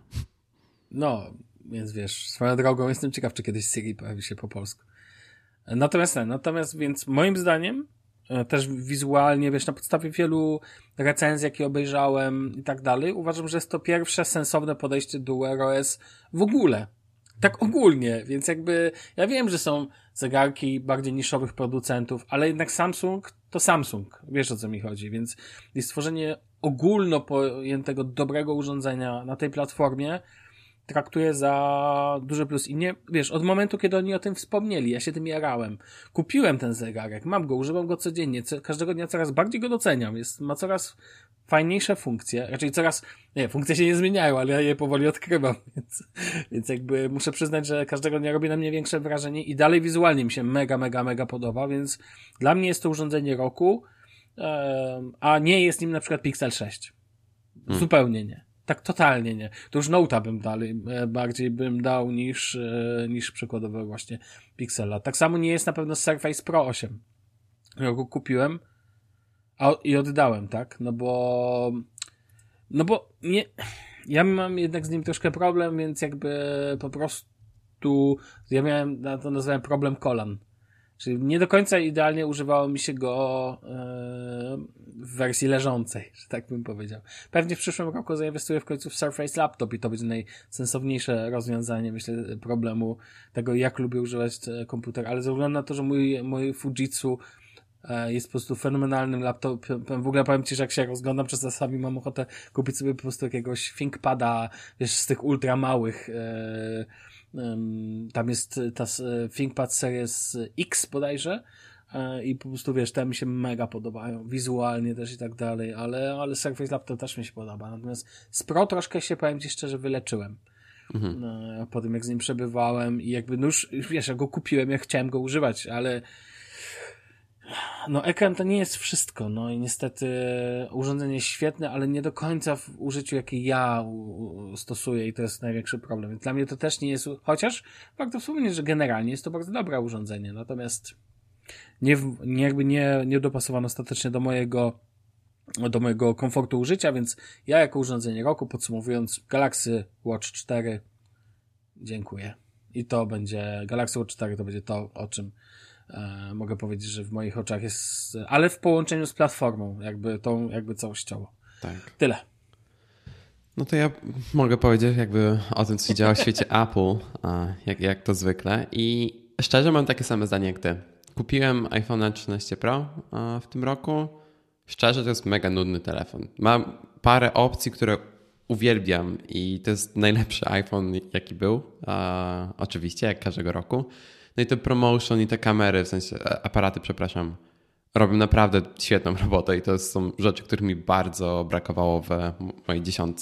Więc wiesz, swoją drogą jestem ciekaw, czy kiedyś Siri pojawi się po polsku. Natomiast więc moim zdaniem też wizualnie, wiesz, na podstawie wielu recenzji, jakie obejrzałem i tak dalej, uważam, że jest to pierwsze sensowne podejście do Wear OS w ogóle. Tak ogólnie, więc jakby ja wiem, że są zegarki bardziej niszowych producentów, ale jednak Samsung to Samsung. Wiesz, o co mi chodzi, więc stworzenie ogólno pojętego dobrego urządzenia na tej platformie traktuję za duży plus. I nie, wiesz, od momentu, kiedy oni o tym wspomnieli, ja się tym jarałem. Kupiłem ten zegarek, mam go, używam go codziennie, każdego dnia coraz bardziej go doceniam. Ma coraz fajniejsze funkcje, raczej funkcje się nie zmieniają, ale ja je powoli odkrywam, więc jakby muszę przyznać, że każdego dnia robi na mnie większe wrażenie i dalej wizualnie mi się mega, mega, mega podoba, więc dla mnie jest to urządzenie roku, a nie jest nim na przykład Pixel 6. Zupełnie nie. Tak totalnie nie. To już Note'a bym bardziej bym dał niż przykładowo właśnie Pixela. Tak samo nie jest na pewno Surface Pro 8. Ja go kupiłem i oddałem, tak? No bo nie, ja mam jednak z nim troszkę problem, więc jakby po prostu ja to nazwałem problem kolan. Czyli nie do końca idealnie używało mi się go w wersji leżącej, że tak bym powiedział. Pewnie w przyszłym roku zainwestuję w końcu w Surface Laptop i to będzie najsensowniejsze rozwiązanie, myślę, problemu tego, jak lubię używać komputera, ale ze względu na to, że mój Fujitsu jest po prostu fenomenalnym laptopem. W ogóle powiem Ci, że jak się rozglądam, czasami mam ochotę kupić sobie po prostu jakiegoś ThinkPada, wiesz, z tych ultra małych. Tam jest ta ThinkPad Series X bodajże i po prostu wiesz, te mi się mega podobają, wizualnie też i tak dalej, ale Surface Laptop też mi się podoba. Natomiast z Pro troszkę się, powiem Ci szczerze, wyleczyłem. Po tym jak z nim przebywałem i jakby, no już wiesz, ja go kupiłem, ja chciałem go używać, ale no ekran to nie jest wszystko, no i niestety urządzenie jest świetne, ale nie do końca w użyciu, jakie ja stosuję i to jest największy problem. Więc dla mnie to też nie jest, chociaż warto wspomnieć, że generalnie jest to bardzo dobre urządzenie, natomiast nie dopasowano ostatecznie do mojego komfortu użycia, więc ja jako urządzenie roku, podsumowując, Galaxy Watch 4 dziękuję. I to będzie, Galaxy Watch 4 to będzie to, o czym mogę powiedzieć, że w moich oczach jest, ale w połączeniu z platformą, jakby całościowo. Tak. Tyle. No to ja mogę powiedzieć jakby o tym, co się działo w świecie Apple, jak to zwykle. I szczerze mam takie same zdanie jak ty. Kupiłem iPhone 13 Pro w tym roku. Szczerze to jest mega nudny telefon. Mam parę opcji, które uwielbiam i to jest najlepszy iPhone, jaki był. Oczywiście, jak każdego roku. No i te promotion i te kamery, w sensie aparaty, przepraszam, robią naprawdę świetną robotę i to są rzeczy, których mi bardzo brakowało w mojej 10.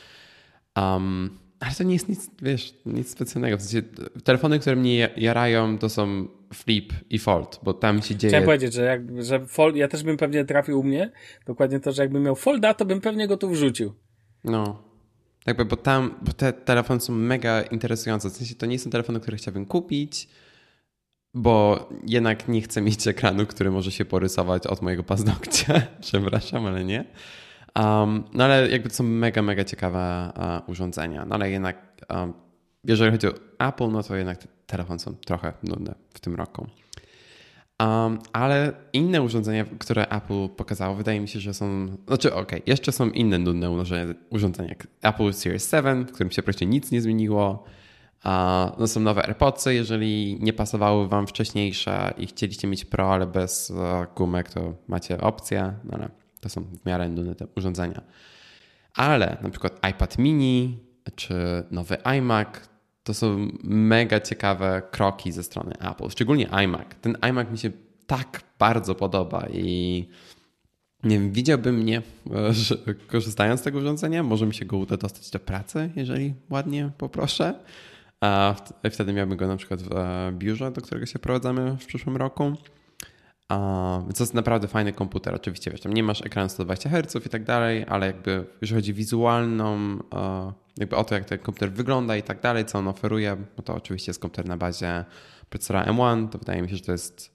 Ale to nie jest nic, wiesz, nic specjalnego. W sensie telefony, które mnie jarają, to są Flip i Fold, bo tam się dzieje... Chciałem powiedzieć, że Fold, ja też bym pewnie trafił u mnie, dokładnie to, że jakbym miał Folda, to bym pewnie go tu wrzucił. No. Jakby, bo te telefony są mega interesujące. W sensie to nie są telefony, które chciałbym kupić, bo jednak nie chcę mieć ekranu, który może się porysować od mojego paznokcia. Przepraszam, ale nie. No ale jakby to są mega, mega ciekawe urządzenia. No ale jednak jeżeli chodzi o Apple, no to jednak te telefony są trochę nudne w tym roku. Ale inne urządzenia, które Apple pokazało, wydaje mi się, że są... Znaczy jeszcze są inne nudne urządzenia, jak Apple Series 7, w którym się praktycznie nic nie zmieniło. No są nowe AirPodsy, jeżeli nie pasowały wam wcześniejsze i chcieliście mieć Pro, ale bez gumek, to macie opcję, no ale to są w miarę nudne te urządzenia. Ale na przykład iPad mini czy nowy iMac to są mega ciekawe kroki ze strony Apple, szczególnie iMac. Ten iMac mi się tak bardzo podoba i nie wiem, widziałbym mnie, że korzystając z tego urządzenia, może mi się go uda dostać do pracy, jeżeli ładnie poproszę. A wtedy miałbym go na przykład w biurze, do którego się prowadzamy w przyszłym roku. Więc to jest naprawdę fajny komputer. Oczywiście, wiesz, tam nie masz ekranu 120 Hz i tak dalej, ale jakby jeżeli chodzi o wizualną, jakby o to, jak ten komputer wygląda i tak dalej, co on oferuje, no to oczywiście jest komputer na bazie procesora M1, to wydaje mi się, że to jest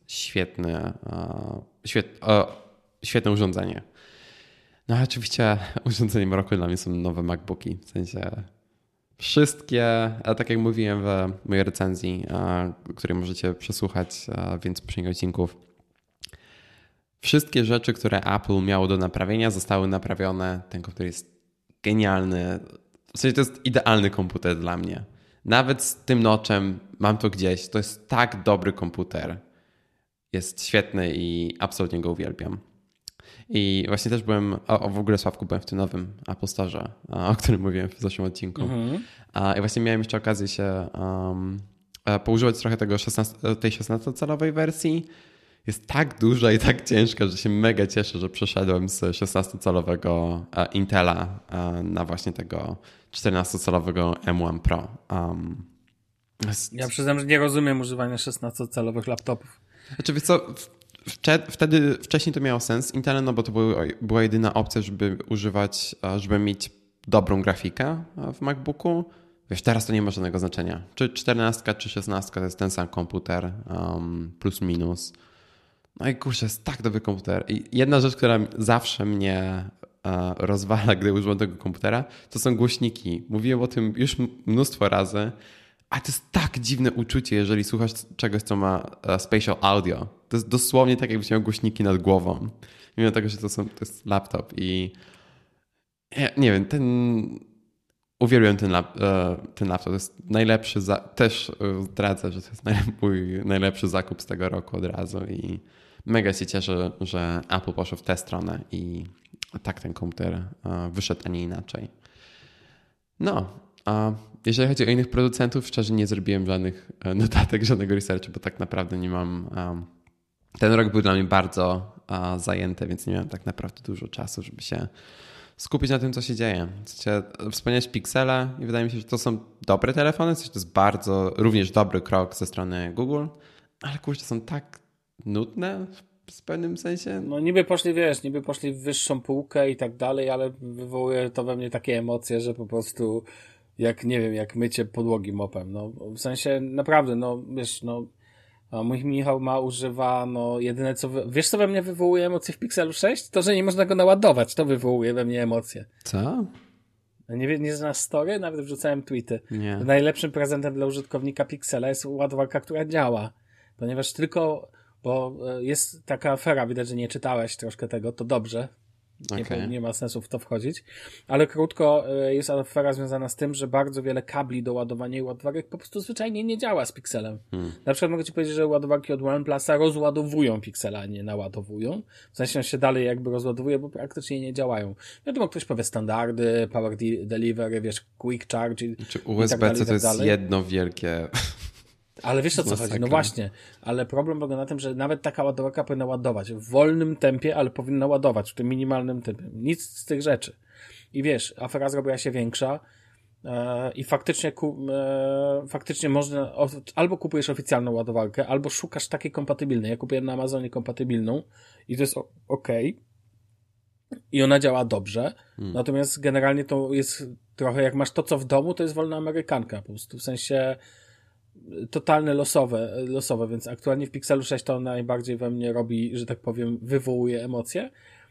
świetne urządzenie. No a oczywiście urządzeniem roku dla mnie są nowe MacBooki, w sensie wszystkie, tak jak mówiłem w mojej recenzji, której możecie przesłuchać więc poprzednich odcinków, wszystkie rzeczy, które Apple miało do naprawienia, zostały naprawione. Ten komputer jest genialny. W sensie to jest idealny komputer dla mnie. Nawet z tym notchem mam to gdzieś. To jest tak dobry komputer. Jest świetny i absolutnie go uwielbiam. I właśnie też w ogóle Sławku, byłem w tym nowym Apple Store, o którym mówiłem w zeszłym odcinku. I właśnie miałem jeszcze okazję się poużywać trochę tej 16-calowej wersji. jest tak duża i tak ciężka, że się mega cieszę, że przeszedłem z 16-calowego Intela na właśnie tego 14-calowego M1 Pro. Ja przyznam, że nie rozumiem używania 16-calowych laptopów. Znaczy, wiesz co, wcześniej to miało sens Intel, no bo to była jedyna opcja, żeby używać, żeby mieć dobrą grafikę w MacBooku. Wiesz, teraz to nie ma żadnego znaczenia. Czy 14, czy 16 to jest ten sam komputer, plus minus. No i kurczę, jest tak dobry komputer. I jedna rzecz, która zawsze mnie rozwala, gdy używam tego komputera, to są głośniki. Mówiłem o tym już mnóstwo razy, a to jest tak dziwne uczucie, jeżeli słuchasz czegoś, co ma spatial audio. To jest dosłownie tak, jakbyś miał głośniki nad głową. Mimo tego, że to jest laptop i ja nie wiem, uwielbiam ten laptop. To jest najlepszy, też zdradzę, że to jest mój najlepszy zakup z tego roku od razu i mega się cieszę, że Apple poszło w tę stronę i tak ten komputer wyszedł, a nie inaczej. No, a jeżeli chodzi o innych producentów, szczerze nie zrobiłem żadnych notatek, żadnego researchu, bo tak naprawdę nie mam... Ten rok był dla mnie bardzo zajęty, więc nie miałem tak naprawdę dużo czasu, żeby się skupić na tym, co się dzieje. Wspomniałeś Pixele i wydaje mi się, że to są dobre telefony, to jest bardzo, również dobry krok ze strony Google, ale kurczę, są tak nudne w pewnym sensie. No niby poszli w wyższą półkę i tak dalej, ale wywołuje to we mnie takie emocje, że po prostu jak, nie wiem, jak mycie podłogi mopem. No w sensie naprawdę, no wiesz, no mój Michał używa, no jedyne co, wiesz co we mnie wywołuje emocje w Pixelu 6? To, że nie można go naładować, to wywołuje we mnie emocje. Co? Nie znasz story? Nawet wrzucałem tweety. Nie. Najlepszym prezentem dla użytkownika Pixela jest ładowarka, która działa. Ponieważ bo jest taka afera, widać, że nie czytałeś troszkę tego, to dobrze. Nie ma sensu w to wchodzić. Ale krótko, jest afera związana z tym, że bardzo wiele kabli do ładowania i ładowarek po prostu zwyczajnie nie działa z Pixelem. Na przykład mogę ci powiedzieć, że ładowarki od OnePlusa rozładowują Pixela, a nie naładowują. W sensie on się dalej jakby rozładowuje, bo praktycznie nie działają. Wiadomo, ktoś powie standardy, power delivery, wiesz, quick charge czy USB-C to jest jedno wielkie... Ale wiesz o co chodzi? No właśnie, ale problem polega na tym, że nawet taka ładowarka powinna ładować w wolnym tempie, ale powinna ładować w tym minimalnym tempie. Nic z tych rzeczy. I wiesz, afera zrobiła się większa i faktycznie można, albo kupujesz oficjalną ładowarkę, albo szukasz takiej kompatybilnej. Ja kupiłem na Amazonie kompatybilną i to jest okej. I ona działa dobrze. Natomiast generalnie to jest trochę jak masz to, co w domu, to jest wolna amerykanka. Po prostu w sensie totalne losowe, więc aktualnie w Pixelu 6 to najbardziej we mnie robi, że tak powiem, wywołuje emocje.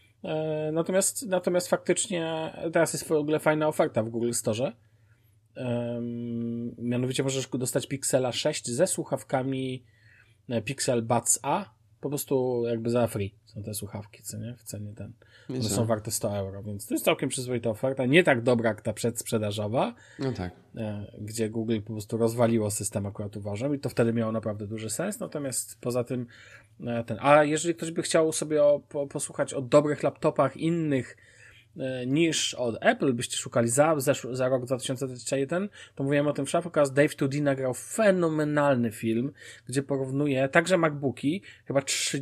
Natomiast faktycznie teraz jest w ogóle fajna oferta w Google Store. Mianowicie możesz dostać Pixela 6 ze słuchawkami Pixel Buds A, po prostu jakby za free są te słuchawki, co nie? W cenie one są warte 100 euro, więc to jest całkiem przyzwoita oferta, nie tak dobra jak ta przedsprzedażowa, no tak. Gdzie Google po prostu rozwaliło system, akurat uważam, i to wtedy miało naprawdę duży sens, natomiast poza tym a jeżeli ktoś by chciał sobie posłuchać o dobrych laptopach innych niż od Apple byście szukali za rok 2021, to mówiłem o tym w Shopcast. Dave 2D nagrał fenomenalny film, gdzie porównuje także MacBooki, chyba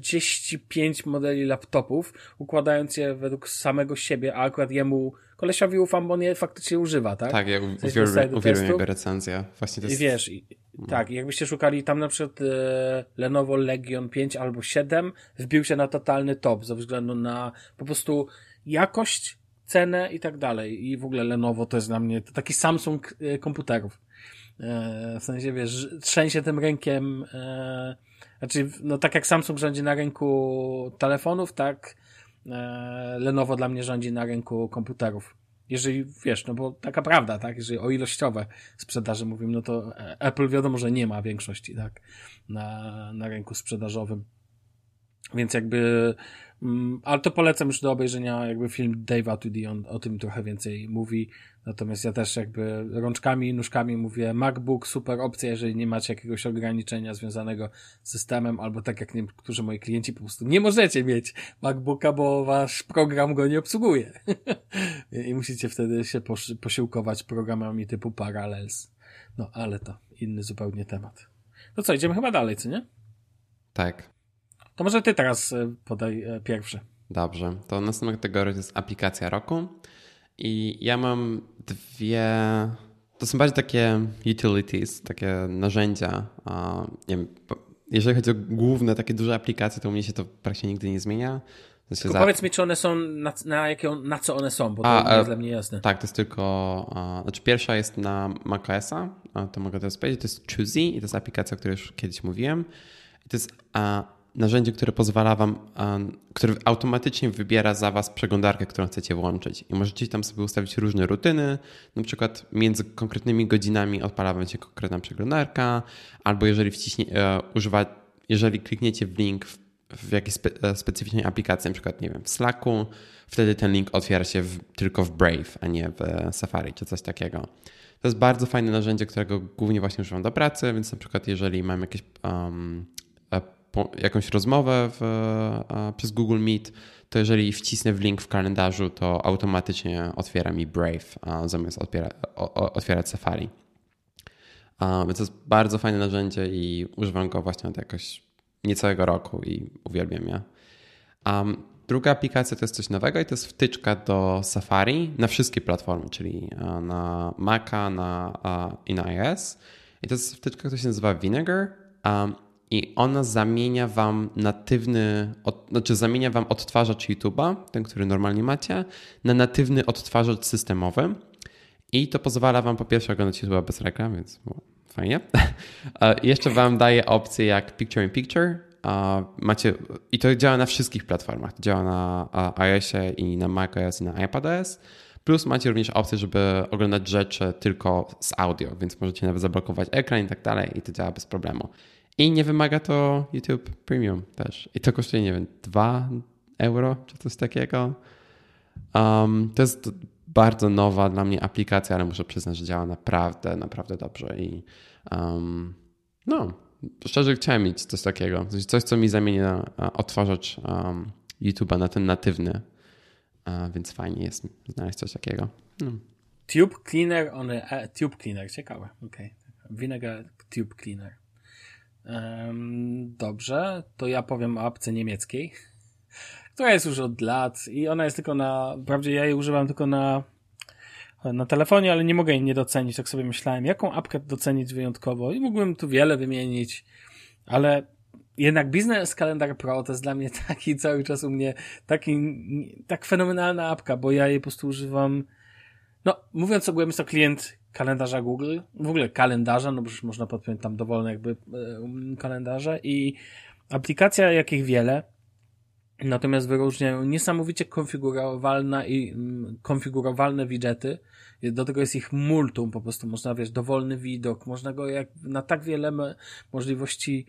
35 modeli laptopów, układając je według samego siebie, a akurat kolesiowi ufam, bo on je faktycznie używa, tak? Tak, ja uwielbiam jego recenzję. Właśnie to jest... I wiesz, tak, jakbyście szukali tam na przykład Lenovo Legion 5 albo 7, wbił się na totalny top ze względu na po prostu jakość, cenę i tak dalej. I w ogóle Lenovo to jest dla mnie to taki Samsung komputerów. W sensie, wiesz, trzęsie tym rynkiem, znaczy, no tak jak Samsung rządzi na rynku telefonów, tak Lenovo dla mnie rządzi na rynku komputerów. Jeżeli, wiesz, no bo taka prawda, tak, jeżeli o ilościowe sprzedaży mówimy, no to Apple wiadomo, że nie ma większości, tak, na rynku sprzedażowym. Więc jakby, ale to polecam już do obejrzenia jakby film Dave'a 2D, on o tym trochę więcej mówi, natomiast ja też jakby rączkami, nóżkami mówię, MacBook super opcja, jeżeli nie macie jakiegoś ograniczenia związanego z systemem, albo tak jak niektórzy moi klienci po prostu nie możecie mieć MacBooka, bo wasz program go nie obsługuje i musicie wtedy się posiłkować programami typu Parallels. No ale to inny zupełnie temat. No co, idziemy chyba dalej, co nie? Tak. To może ty teraz podaj pierwszy. Dobrze, to następna kategoria to jest aplikacja roku i ja mam to są bardziej takie utilities, takie narzędzia. Nie wiem, jeżeli chodzi o główne takie duże aplikacje, to u mnie się to praktycznie nigdy nie zmienia. Tylko powiedz mi, czy one są, na co one są, bo to nie jest dla mnie jasne. Tak, to jest tylko, znaczy pierwsza jest na macOS-a, to mogę teraz powiedzieć, to jest Choosy i to jest aplikacja, o której już kiedyś mówiłem. I to jest narzędzie, które pozwala wam, które automatycznie wybiera za was przeglądarkę, którą chcecie włączyć. I możecie tam sobie ustawić różne rutyny, na przykład między konkretnymi godzinami odpala wam się konkretna przeglądarka, albo jeżeli klikniecie w link w jakiejś specyficznej aplikacji, na przykład, nie wiem, w Slacku, wtedy ten link otwiera się tylko w Brave, a nie w Safari, czy coś takiego. To jest bardzo fajne narzędzie, którego głównie właśnie używam do pracy, więc na przykład jeżeli mam jakąś rozmowę przez Google Meet, to jeżeli wcisnę w link w kalendarzu, to automatycznie otwiera mi Brave, zamiast otwierać Safari. Więc to jest bardzo fajne narzędzie i używam go właśnie od jakoś niecałego roku i uwielbiam je. Druga aplikacja to jest coś nowego i to jest wtyczka do Safari na wszystkie platformy, czyli na Maca i na iOS. I to jest wtyczka, która się nazywa Vinegar i ona zamienia wam zamienia wam odtwarzacz YouTube'a, ten, który normalnie macie, na natywny odtwarzacz systemowy. I to pozwala wam po pierwsze oglądać YouTube'a bez reklam, więc fajnie. Jeszcze wam daje opcje jak Picture in Picture. I to działa na wszystkich platformach. Działa na iOSie i na macOS i na iPadOS. Plus macie również opcję, żeby oglądać rzeczy tylko z audio, więc możecie nawet zablokować ekran i tak dalej i to działa bez problemu. I nie wymaga to YouTube Premium też. I to kosztuje, nie wiem, 2 euro czy coś takiego. To jest bardzo nowa dla mnie aplikacja, ale muszę przyznać, że działa naprawdę, naprawdę dobrze i szczerze chciałem mieć coś takiego. Coś, co mi zamieni na odtwarzacz YouTube'a na ten natywny, więc fajnie jest znaleźć coś takiego. Tube Cleaner Tube Cleaner, ciekawe. Okay. Vinegar Tube Cleaner. Dobrze, to ja powiem o apce niemieckiej, która jest już od lat i ona jest tylko wprawdzie ja jej używam tylko na telefonie, ale nie mogę jej nie docenić. Tak sobie myślałem, jaką apkę docenić wyjątkowo i mógłbym tu wiele wymienić, ale jednak Business Calendar Pro to jest dla mnie taki cały czas u mnie tak fenomenalna apka, bo ja jej po prostu używam, mówiąc ogólnie, jest to klient kalendarza Google, w ogóle kalendarza, bo przecież można podpiąć tam dowolne jakby kalendarze i aplikacja jakich wiele, natomiast wyróżniają niesamowicie konfigurowalne widgety. Do tego jest ich multum, po prostu można, dowolny widok, można go na tak wiele możliwości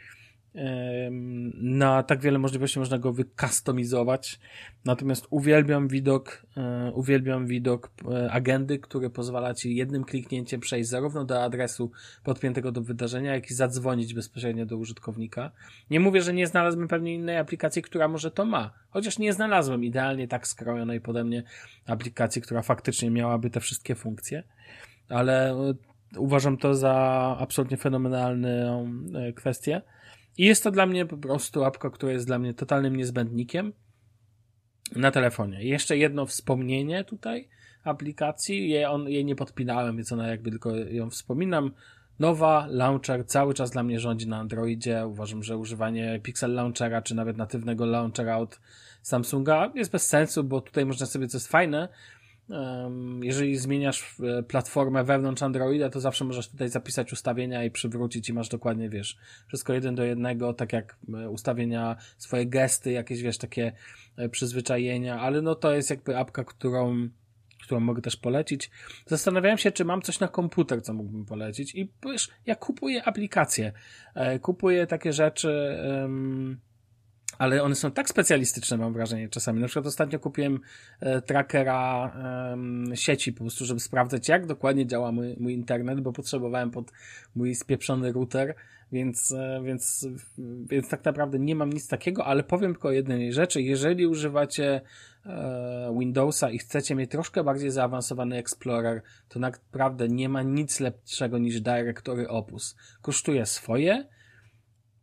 można go wykustomizować. Natomiast uwielbiam widok agendy, który pozwala ci jednym kliknięciem przejść zarówno do adresu podpiętego do wydarzenia, jak i zadzwonić bezpośrednio do użytkownika. Nie mówię, że nie znalazłem pewnie innej aplikacji, która może to ma. Chociaż nie znalazłem idealnie tak skrojonej pode mnie aplikacji, która faktycznie miałaby te wszystkie funkcje. Ale uważam to za absolutnie fenomenalną kwestię. I jest to dla mnie po prostu apka, która jest dla mnie totalnym niezbędnikiem na telefonie. I jeszcze jedno wspomnienie tutaj aplikacji. Jej nie podpinałem, więc ona jakby tylko ją wspominam. Nowa Launcher cały czas dla mnie rządzi na Androidzie. Uważam, że używanie Pixel Launchera, czy nawet natywnego Launchera od Samsunga jest bez sensu, bo tutaj można sobie, co jest fajne, jeżeli zmieniasz platformę wewnątrz Androida, to zawsze możesz tutaj zapisać ustawienia i przywrócić i masz dokładnie, wszystko 1:1, tak jak ustawienia, swoje gesty, jakieś, takie przyzwyczajenia, ale to jest jakby apka, którą mogę też polecić. Zastanawiałem się, czy mam coś na komputer, co mógłbym polecić i ja kupuję aplikacje, kupuję takie rzeczy, ale one są tak specjalistyczne, mam wrażenie czasami. Na przykład ostatnio kupiłem trackera sieci po prostu, żeby sprawdzać, jak dokładnie działa mój internet, bo potrzebowałem pod mój spieprzony router, więc tak naprawdę nie mam nic takiego, ale powiem tylko o jednej rzeczy. Jeżeli używacie Windowsa i chcecie mieć troszkę bardziej zaawansowany Explorer, to naprawdę nie ma nic lepszego niż Directory Opus. Kosztuje swoje,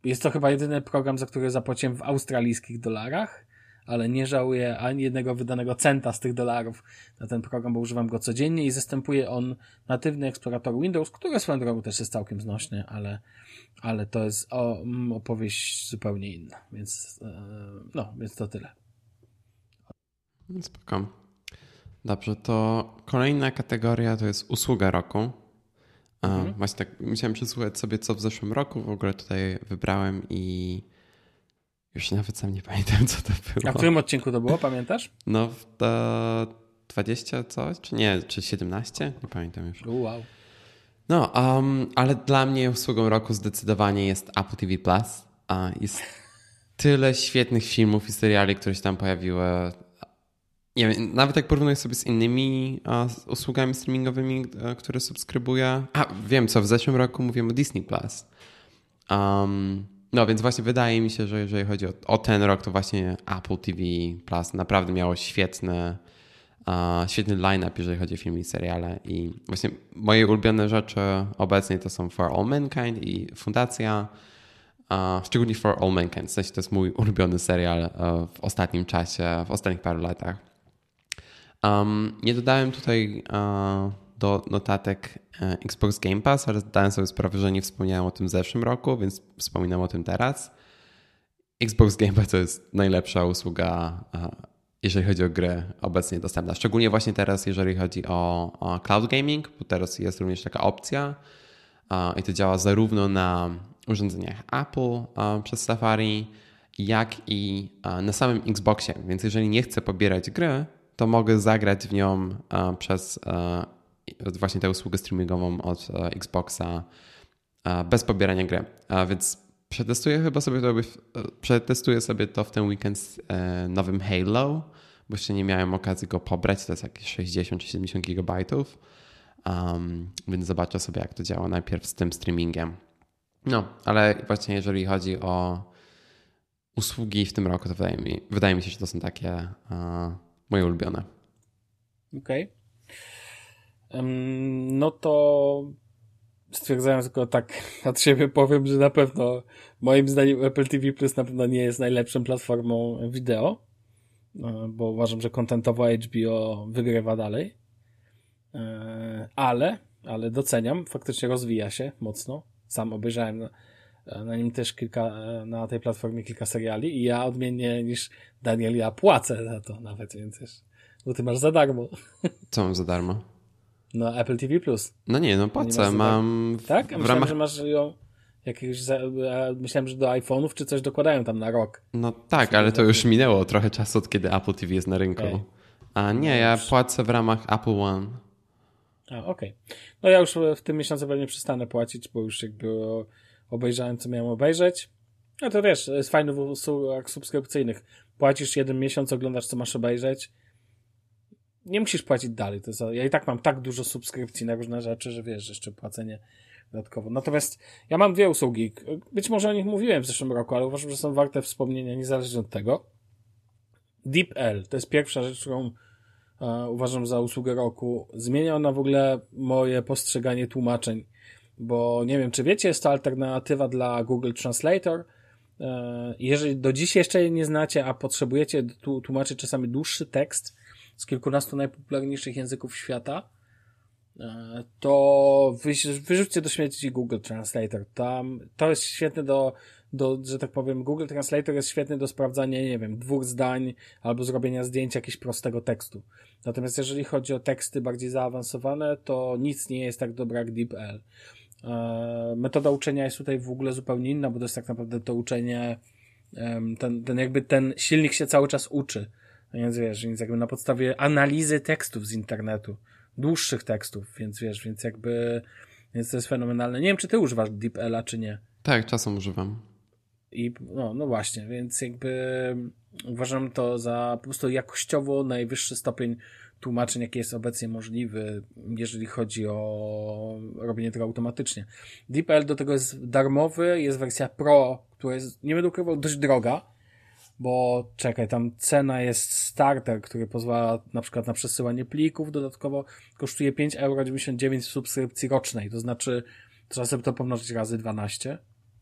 Jest to chyba jedyny program, za który zapłaciłem w australijskich dolarach, ale nie żałuję ani jednego wydanego centa z tych dolarów na ten program, bo używam go codziennie i zastępuje on natywny eksplorator Windows, który swoją drogą też jest całkiem znośny, ale to jest opowieść zupełnie inna, więc więc to tyle. Spoko. Dobrze, to kolejna kategoria to jest usługa roku. Właśnie tak musiałem przesłuchać sobie, co w zeszłym roku w ogóle tutaj wybrałem i już nawet sam nie pamiętam, co to było. A w którym odcinku to było, pamiętasz? No w 20 coś, czy nie, czy 17? Nie pamiętam już. Wow. No, ale dla mnie usługą roku zdecydowanie jest Apple TV+. Jest tyle świetnych filmów i seriali, które się tam pojawiły. Nie wiem, nawet jak porównuję sobie z innymi usługami streamingowymi, które subskrybuję. Wiem co, w zeszłym roku mówiłem o Disney+. No więc właśnie wydaje mi się, że jeżeli chodzi o ten rok, to właśnie Apple TV Plus naprawdę miało świetny line-up, jeżeli chodzi o filmy i seriale. I właśnie moje ulubione rzeczy obecnie to są For All Mankind i Fundacja. Szczególnie For All Mankind. W sensie to jest mój ulubiony serial w ostatnim czasie, w ostatnich paru latach. Nie dodałem tutaj do notatek Xbox Game Pass, ale zdałem sobie sprawę, że nie wspomniałem o tym w zeszłym roku, więc wspominam o tym teraz. Xbox Game Pass to jest najlepsza usługa, jeżeli chodzi o gry obecnie dostępna. Szczególnie właśnie teraz, jeżeli chodzi o cloud gaming, bo teraz jest również taka opcja i to działa zarówno na urządzeniach Apple przez Safari, jak i na samym Xboxie. Więc jeżeli nie chcę pobierać gry, to mogę zagrać w nią przez właśnie tę usługę streamingową od Xboxa bez pobierania gry. Więc przetestuję sobie to w ten weekend z nowym Halo, bo jeszcze nie miałem okazji go pobrać. To jest jakieś 60 czy 70 gigabajtów. Więc zobaczę sobie, jak to działa najpierw z tym streamingiem. No, ale właśnie jeżeli chodzi o usługi w tym roku, to wydaje mi się, że to są takie moje ulubione. Okej. No to stwierdzając tylko tak od siebie powiem, że na pewno moim zdaniem Apple TV Plus na pewno nie jest najlepszą platformą wideo, bo uważam, że kontentowo HBO wygrywa dalej. Ale doceniam, faktycznie rozwija się mocno. Sam obejrzałem na nim też na tej platformie kilka seriali i ja odmiennie niż Daniel, ja płacę za to nawet, więc też, bo ty masz za darmo. Co mam za darmo? No Apple TV Plus. No nie, płacę. Mam tak? Myślałem, że masz ją myślałem, że do iPhone'ów czy coś dokładają tam na rok. No tak, ale to już minęło trochę czasu, od kiedy Apple TV jest na rynku. Okay. A nie, ja płacę w ramach Apple One. Okej. No ja już w tym miesiącu pewnie przestanę płacić, bo już jakby obejrzałem, co miałem obejrzeć. No to wiesz, jest fajny w usługach subskrypcyjnych. Płacisz 1 miesiąc, oglądasz, co masz obejrzeć. Nie musisz płacić dalej. Ja i tak mam tak dużo subskrypcji na różne rzeczy, że wiesz, jeszcze płacenie dodatkowo. Natomiast ja mam 2 usługi. Być może o nich mówiłem w zeszłym roku, ale uważam, że są warte wspomnienia niezależnie od tego. DeepL to jest pierwsza rzecz, którą uważam za usługę roku. Zmienia ona w ogóle moje postrzeganie tłumaczeń, bo nie wiem, czy wiecie, jest to alternatywa dla Google Translator. Jeżeli do dziś jeszcze jej nie znacie, a potrzebujecie tłumaczyć czasami dłuższy tekst z kilkunastu najpopularniejszych języków świata, to wyrzućcie do śmieci Google Translator. To jest świetne że tak powiem, Google Translator jest świetny do sprawdzania, nie wiem, 2 zdań albo zrobienia zdjęcia jakiegoś prostego tekstu. Natomiast jeżeli chodzi o teksty bardziej zaawansowane, to nic nie jest tak dobre jak DeepL. Metoda uczenia jest tutaj w ogóle zupełnie inna, bo to jest tak naprawdę to uczenie, ten silnik się cały czas uczy. Więc wiesz, jakby na podstawie analizy tekstów z internetu, dłuższych tekstów, więc to jest fenomenalne. Nie wiem, czy ty używasz DeepL'a, czy nie. Tak, czasem używam. I no właśnie, więc jakby uważam to za po prostu jakościowo najwyższy stopień tłumaczeń, jaki jest obecnie możliwy, jeżeli chodzi o robienie tego automatycznie. DeepL do tego jest darmowy, jest wersja Pro, która jest, nie będę ukrywał, dość droga, bo czekaj, tam cena jest starter, który pozwala na przykład na przesyłanie plików, dodatkowo kosztuje 5,99 € w subskrypcji rocznej, to znaczy trzeba sobie to pomnożyć razy 12.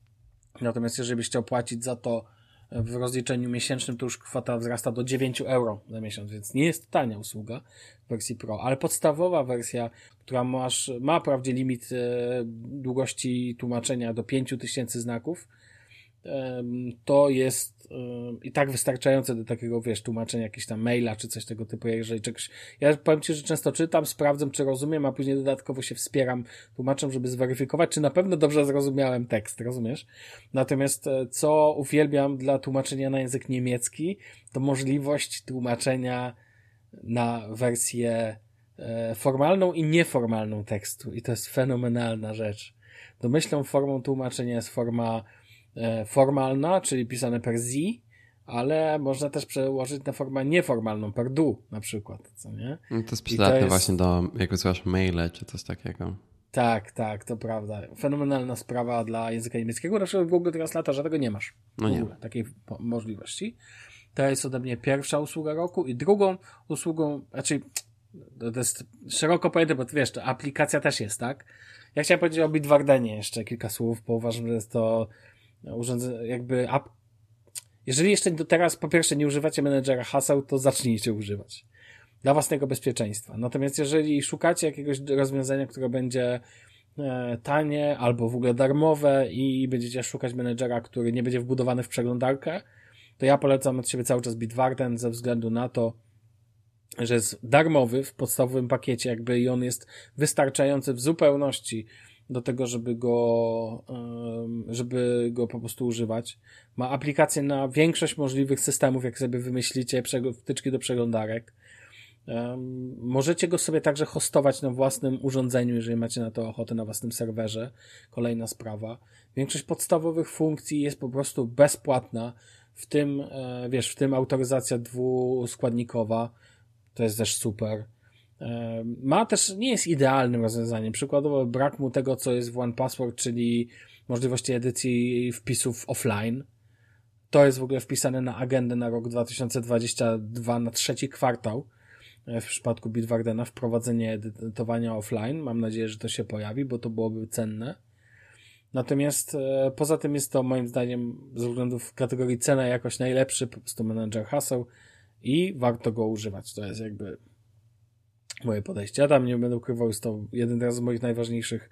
Natomiast jeżeli byś chciał płacić za to w rozliczeniu miesięcznym, to już kwota wzrasta do 9 euro za miesiąc, więc nie jest tania usługa w wersji Pro, ale podstawowa wersja, która ma wprawdzie limit długości tłumaczenia do 5000 znaków, to jest i tak wystarczające do takiego, tłumaczenia jakiegoś tam maila, czy coś tego typu, jeżeli czegoś... Ja powiem Ci, że często czytam, sprawdzam, czy rozumiem, a później dodatkowo się wspieram tłumaczem, żeby zweryfikować, czy na pewno dobrze zrozumiałem tekst, rozumiesz? Natomiast co uwielbiam dla tłumaczenia na język niemiecki, to możliwość tłumaczenia na wersję formalną i nieformalną tekstu. I to jest fenomenalna rzecz. Domyślną formą tłumaczenia jest forma formalna, czyli pisane per Sie, ale można też przełożyć na formę nieformalną, per du na przykład, co nie? No to jest przydatne właśnie jak wysyłasz maile czy coś takiego. Tak, to prawda. Fenomenalna sprawa dla języka niemieckiego. Na przykład w Google Translatorze tego nie masz. No nie. W ogóle takiej możliwości. To jest ode mnie pierwsza usługa roku i drugą usługą, to jest szeroko pojęte, bo to aplikacja też jest, tak? Ja chciałem powiedzieć o Bitwardenie jeszcze kilka słów, bo uważam, że jest to urządzenie, jeżeli jeszcze do teraz po pierwsze nie używacie menedżera haseł, to zacznijcie używać. Dla własnego bezpieczeństwa. Natomiast jeżeli szukacie jakiegoś rozwiązania, które będzie tanie albo w ogóle darmowe i będziecie szukać menedżera, który nie będzie wbudowany w przeglądarkę, to ja polecam od siebie cały czas Bitwarden ze względu na to, że jest darmowy w podstawowym pakiecie i on jest wystarczający w zupełności do tego, żeby go po prostu używać. Ma aplikację na większość możliwych systemów, jak sobie wymyślicie, wtyczki do przeglądarek. Możecie go sobie także hostować na własnym urządzeniu, jeżeli macie na to ochotę, na własnym serwerze. Kolejna sprawa. Większość podstawowych funkcji jest po prostu bezpłatna, w tym autoryzacja dwuskładnikowa. To jest też super. Nie jest idealnym rozwiązaniem. Przykładowo brak mu tego, co jest w OnePassword, czyli możliwości edycji wpisów offline. To jest w ogóle wpisane na agendę na rok 2022, na 3. kwartał. W przypadku Bitwardena wprowadzenie edytowania offline. Mam nadzieję, że to się pojawi, bo to byłoby cenne. Natomiast poza tym jest to moim zdaniem ze względów kategorii cena jakoś najlepszy po prostu menedżer haseł i warto go używać. To jest moje podejście. Ja tam nie będę ukrywał, jest to jeden z moich najważniejszych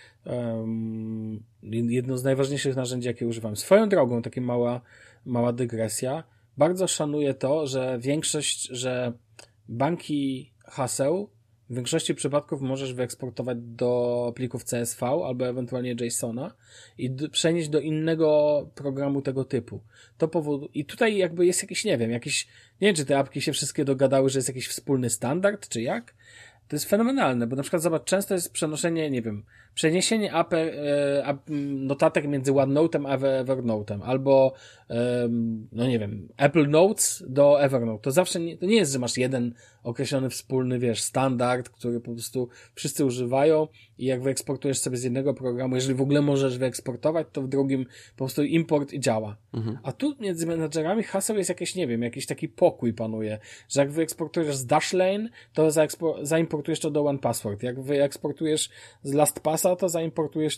jedno z najważniejszych narzędzi, jakie używam. Swoją drogą, taka mała dygresja. Bardzo szanuję to, że banki haseł w większości przypadków możesz wyeksportować do plików CSV albo ewentualnie JSON-a i przenieść do innego programu tego typu. I tutaj jest nie wiem, czy te apki się wszystkie dogadały, że jest jakiś wspólny standard, czy jak? To jest fenomenalne, bo na przykład zobacz, często jest przenoszenie, przeniesienie notatek między OneNote'em a Evernote'em, albo Apple Notes do Evernote. To zawsze to nie jest, że masz jeden określony wspólny, standard, który po prostu wszyscy używają i jak wyeksportujesz sobie z jednego programu, jeżeli w ogóle możesz wyeksportować, to w drugim po prostu import i działa. Mhm. A tu między menadżerami haseł jest jakiś taki pokój panuje, że jak wyeksportujesz z Dashlane, to zaimportujesz to do OnePassword. Jak wyeksportujesz z LastPassa, to zaimportujesz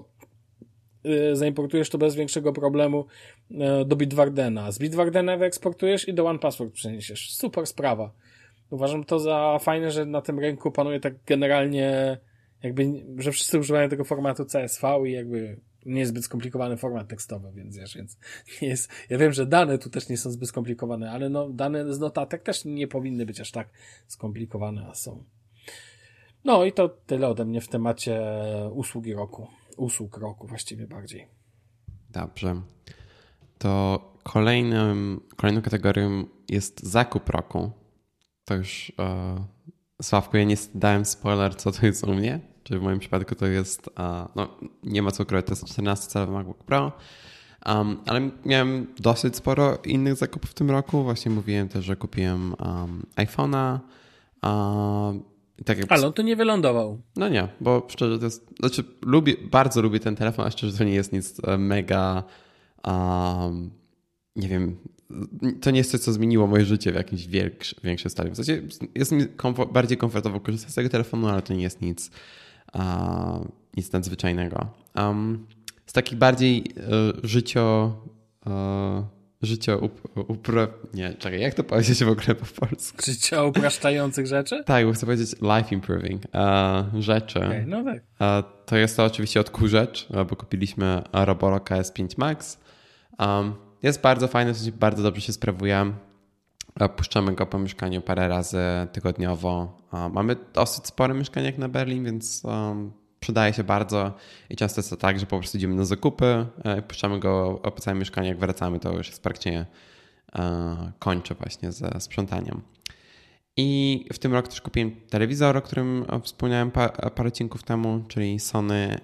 to bez większego problemu do Bitwardena. Z Bitwardena wyeksportujesz i do OnePassword przeniesiesz. Super sprawa. Uważam to za fajne, że na tym rynku panuje tak generalnie że wszyscy używają tego formatu CSV i nie jest zbyt skomplikowany format tekstowy, więc nie jest, ja wiem, że dane tu też nie są zbyt skomplikowane, ale dane z notatek też nie powinny być aż tak skomplikowane, a są. No i to tyle ode mnie w temacie usług roku właściwie bardziej. Dobrze. To kolejną kategorią jest zakup roku. To już Sławku, ja nie dałem spoiler, co to jest u mnie. Czyli w moim przypadku to jest, nie ma co ukrywać, to jest 14-calowy MacBook Pro. Ale miałem dosyć sporo innych zakupów w tym roku. Właśnie mówiłem też, że kupiłem iPhone'a. Ale on tu nie wylądował. No nie, bo szczerze to jest... bardzo lubię ten telefon, a szczerze to nie jest nic mega... nie wiem... To nie jest coś, co zmieniło moje życie w jakimś większym stadium. W zasadzie jest mi bardziej komfortowo korzystać z tego telefonu, ale to nie jest nic nadzwyczajnego. z takich bardziej nie, czekaj, jak to powiedzieć w ogóle po polsku? Życia upraszczających rzeczy? Tak, bo chcę powiedzieć life improving rzeczy. Okay, no tak. To jest to oczywiście odkurzacz, bo kupiliśmy Roborock S5 Max. Jest bardzo fajny, w sensie bardzo dobrze się sprawuje. Puszczamy go po mieszkaniu parę razy tygodniowo. Mamy dosyć spore mieszkanie jak na Berlin, więc przydaje się bardzo i często jest to tak, że po prostu idziemy na zakupy, puszczamy go po całym mieszkaniu, jak wracamy, to już jest praktycznie kończy właśnie ze sprzątaniem. I w tym roku też kupiłem telewizor, o którym wspomniałem parę odcinków temu, czyli Sony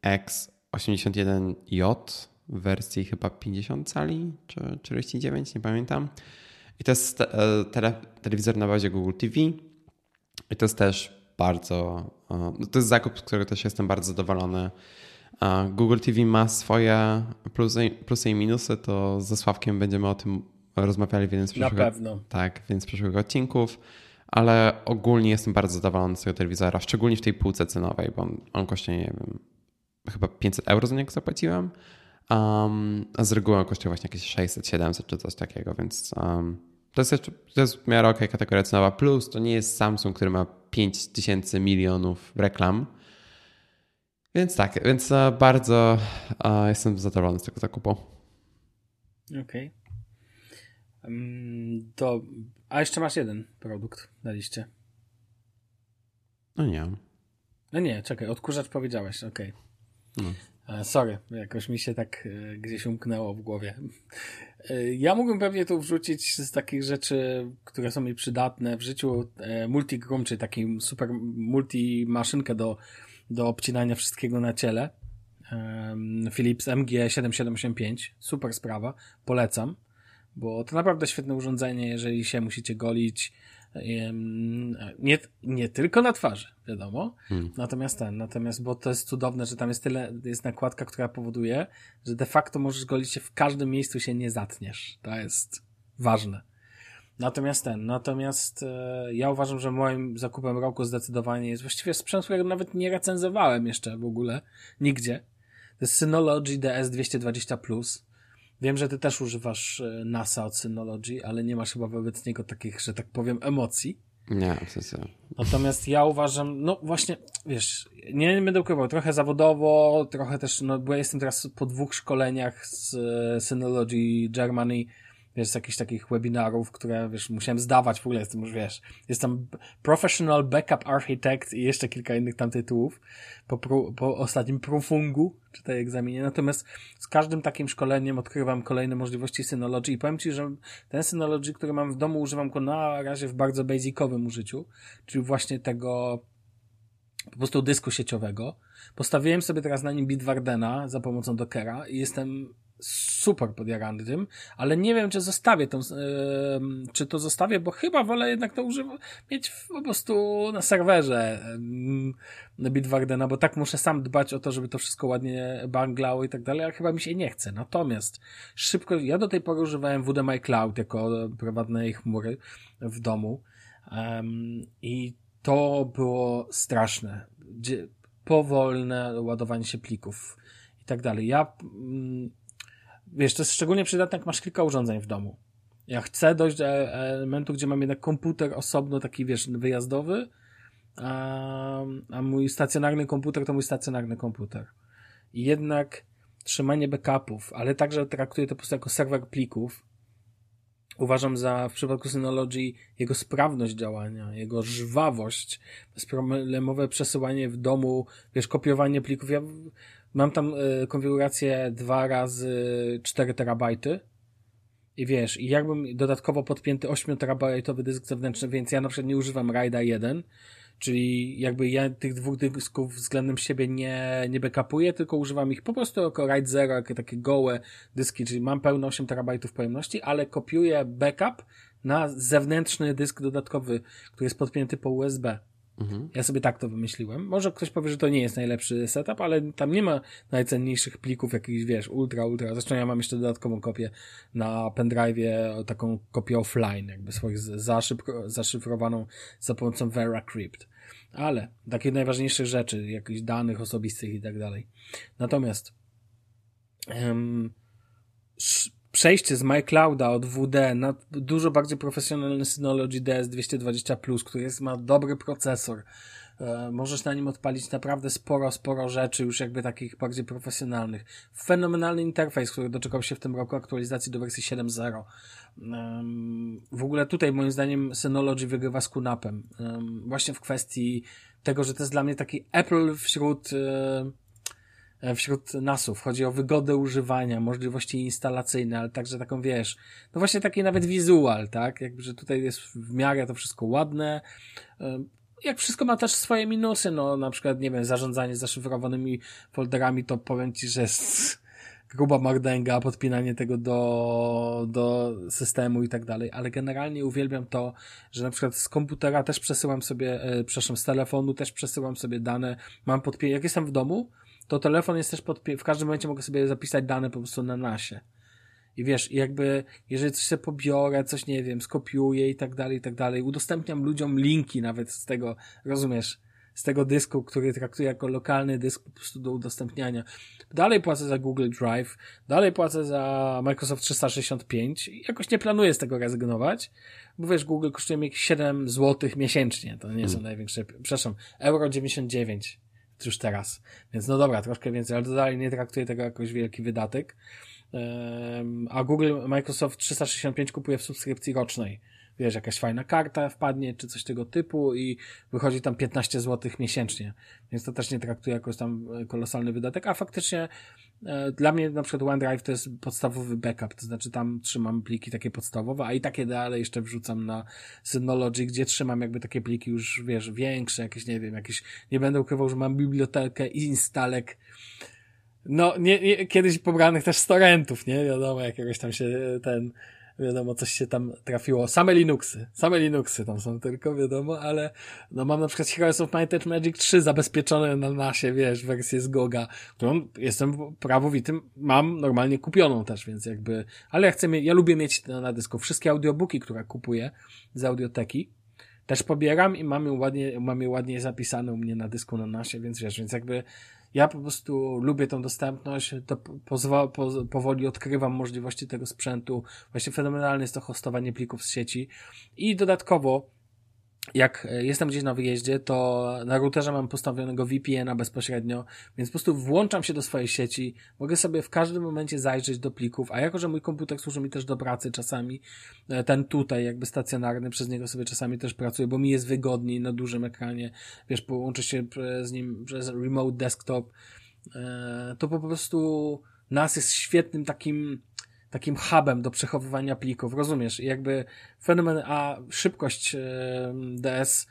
X81J w wersji chyba 50 cali czy 49, nie pamiętam. I to jest telewizor na bazie Google TV i to jest też bardzo, to jest zakup, z którego też jestem bardzo zadowolony. Google TV ma swoje plusy i minusy, to ze Sławkiem będziemy o tym rozmawiali w jednym z przyszłych odcinków, ale ogólnie jestem bardzo zadowolony z tego telewizora, szczególnie w tej półce cenowej, bo on kosztuje, nie wiem, chyba 500 euro za niego zapłaciłem, a z reguły kosztuje właśnie jakieś 600, 700 czy coś takiego, więc to jest w miarę okej kategoria cenowa. Plus to nie jest Samsung, który ma 5000 milionów reklam. Więc tak, bardzo jestem zadowolony z tego zakupu. Okej. A jeszcze masz jeden produkt na liście. No nie. No nie, czekaj, odkurzacz powiedziałeś, okej. No. Sorry, jakoś mi się tak gdzieś umknęło w głowie. Ja mógłbym pewnie tu wrzucić z takich rzeczy, które są mi przydatne w życiu, multigroom, czyli taką super multi-maszynkę do obcinania wszystkiego na ciele. Philips MG7785, super sprawa, polecam, bo to naprawdę świetne urządzenie, jeżeli się musicie golić, nie tylko na twarzy, wiadomo, natomiast bo to jest cudowne, że tam jest nakładka, która powoduje, że de facto możesz golić się w każdym miejscu, się nie zatniesz. To jest ważne. Natomiast ja uważam, że moim zakupem roku zdecydowanie jest właściwie sprzęt, którego nawet nie recenzowałem jeszcze w ogóle, nigdzie. To jest Synology DS220+. Wiem, że ty też używasz NASA od Synology, ale nie masz chyba wobec niego takich, że tak powiem, emocji. Nie, w sensie. Natomiast ja uważam, no właśnie, wiesz, nie będę ukrywał, trochę zawodowo, trochę też, bo ja jestem teraz po 2 szkoleniach z Synology Germany, wiesz, z jakichś takich webinarów, które, wiesz, musiałem zdawać, w ogóle jestem już, wiesz, jestem Professional Backup Architect i jeszcze kilka innych tam tytułów po ostatnim profungu, czy tej egzaminie. Natomiast z każdym takim szkoleniem odkrywam kolejne możliwości Synology i powiem ci, że ten Synology, który mam w domu, używam go na razie w bardzo basicowym użyciu, czyli właśnie tego po prostu dysku sieciowego. Postawiłem sobie teraz na nim Bitwardena za pomocą Dockera i jestem super podjarany tym, ale nie wiem, czy zostawię czy to zostawię, bo chyba wolę jednak to mieć po prostu na serwerze Bitwardena, bo tak muszę sam dbać o to, żeby to wszystko ładnie banglało i tak dalej, ale chyba mi się nie chce. Natomiast ja do tej pory używałem WDMI Cloud jako prywatnej chmury w domu i to było straszne. Powolne ładowanie się plików i tak dalej. Wiesz, to jest szczególnie przydatne, jak masz kilka urządzeń w domu. Ja chcę dojść do elementu, gdzie mam jednak komputer osobno, taki, wiesz, wyjazdowy, a mój stacjonarny komputer to mój stacjonarny komputer. I jednak trzymanie backupów, ale także traktuję to po prostu jako serwer plików. Uważam w przypadku Synology jego sprawność działania, jego żwawość, bezproblemowe przesyłanie w domu, wiesz, kopiowanie plików. Ja mam tam konfigurację 2x4 terabajty i wiesz, i jakbym dodatkowo podpięty 8 terabajtowy dysk zewnętrzny, więc ja na przykład nie używam RAIDa 1, czyli jakby ja tych 2 dysków względem siebie nie backupuję, tylko używam ich po prostu jako RAID 0, jako takie gołe dyski, czyli mam pełne 8 terabajtów pojemności, ale kopiuję backup na zewnętrzny dysk dodatkowy, który jest podpięty po USB. Ja sobie tak to wymyśliłem. Może ktoś powie, że to nie jest najlepszy setup, ale tam nie ma najcenniejszych plików, jakichś, wiesz, ultra. Zresztą ja mam jeszcze dodatkową kopię na pendrive'ie, taką kopię offline, jakby swoich zaszyfrowaną za pomocą VeraCrypt. Ale takie najważniejsze rzeczy, jakichś danych osobistych i tak dalej. Natomiast przejście z MyClouda od WD na dużo bardziej profesjonalny Synology DS220+, który ma dobry procesor. Możesz na nim odpalić naprawdę sporo rzeczy już jakby takich bardziej profesjonalnych. Fenomenalny interfejs, który doczekał się w tym roku aktualizacji do wersji 7.0. W ogóle tutaj moim zdaniem Synology wygrywa z QNAP-em. Właśnie w kwestii tego, że to jest dla mnie taki Apple wśród NAS-ów. Chodzi o wygodę używania, możliwości instalacyjne, ale także taką, wiesz, no właśnie taki nawet wizual, tak? Jakby, że tutaj jest w miarę to wszystko ładne. Jak wszystko ma też swoje minusy, no na przykład, nie wiem, zarządzanie zaszyfrowanymi folderami, to powiem ci, że jest gruba mardęga, podpinanie tego do systemu i tak dalej, ale generalnie uwielbiam to, że na przykład z komputera też przesyłam sobie, z telefonu też przesyłam sobie dane, jak jestem w domu, to telefon jest też w każdym momencie mogę sobie zapisać dane po prostu na NASie. I wiesz, jakby, jeżeli coś sobie pobiorę, coś, nie wiem, skopiuję i tak dalej, udostępniam ludziom linki nawet z tego, rozumiesz, z tego dysku, który traktuję jako lokalny dysk po prostu do udostępniania. Dalej płacę za Google Drive, dalej płacę za Microsoft 365 i jakoś nie planuję z tego rezygnować, bo wiesz, Google kosztuje mi jakieś 7 zł miesięcznie, to nie są największe, euro 99 już teraz, więc no dobra, troszkę więcej, ale to dalej nie traktuję tego jako wielki wydatek. A Microsoft 365 kupuje w subskrypcji rocznej. Wiesz, jakaś fajna karta wpadnie, czy coś tego typu i wychodzi tam 15 zł miesięcznie. Więc to też nie traktuję jako tam kolosalny wydatek, a faktycznie dla mnie na przykład OneDrive to jest podstawowy backup, to znaczy tam trzymam pliki takie podstawowe, a i takie dalej jeszcze wrzucam na Synology, gdzie trzymam jakby takie pliki już, wiesz, większe, jakieś, nie wiem, nie będę ukrywał, że mam bibliotekę i instalek, no, kiedyś pobranych też z torrentów, nie? Wiadomo, jakiegoś tam się wiadomo, coś się tam trafiło. Same Linuxy tam są tylko, wiadomo, ale no mam na przykład Heroes of Might and Magic 3 zabezpieczone na nasie, wiesz, wersję z GOG-a, którą jestem prawowitym, mam normalnie kupioną też, więc jakby, ale ja lubię mieć na dysku wszystkie audiobooki, które kupuję z audioteki, też pobieram i mam je ładnie zapisane u mnie na dysku na nasie, więc wiesz, więc jakby ja po prostu lubię tą dostępność, to powoli odkrywam możliwości tego sprzętu. Właśnie fenomenalne jest to hostowanie plików z sieci. I dodatkowo, jak jestem gdzieś na wyjeździe, to na routerze mam postawionego VPN-a bezpośrednio, więc po prostu włączam się do swojej sieci, mogę sobie w każdym momencie zajrzeć do plików, a jako, że mój komputer służy mi też do pracy czasami, ten tutaj jakby stacjonarny, przez niego sobie czasami też pracuję, bo mi jest wygodniej na dużym ekranie, wiesz, połączę się z nim przez remote desktop, to po prostu NAS jest świetnym takim hubem do przechowywania plików, rozumiesz? I jakby fenomen, a szybkość DS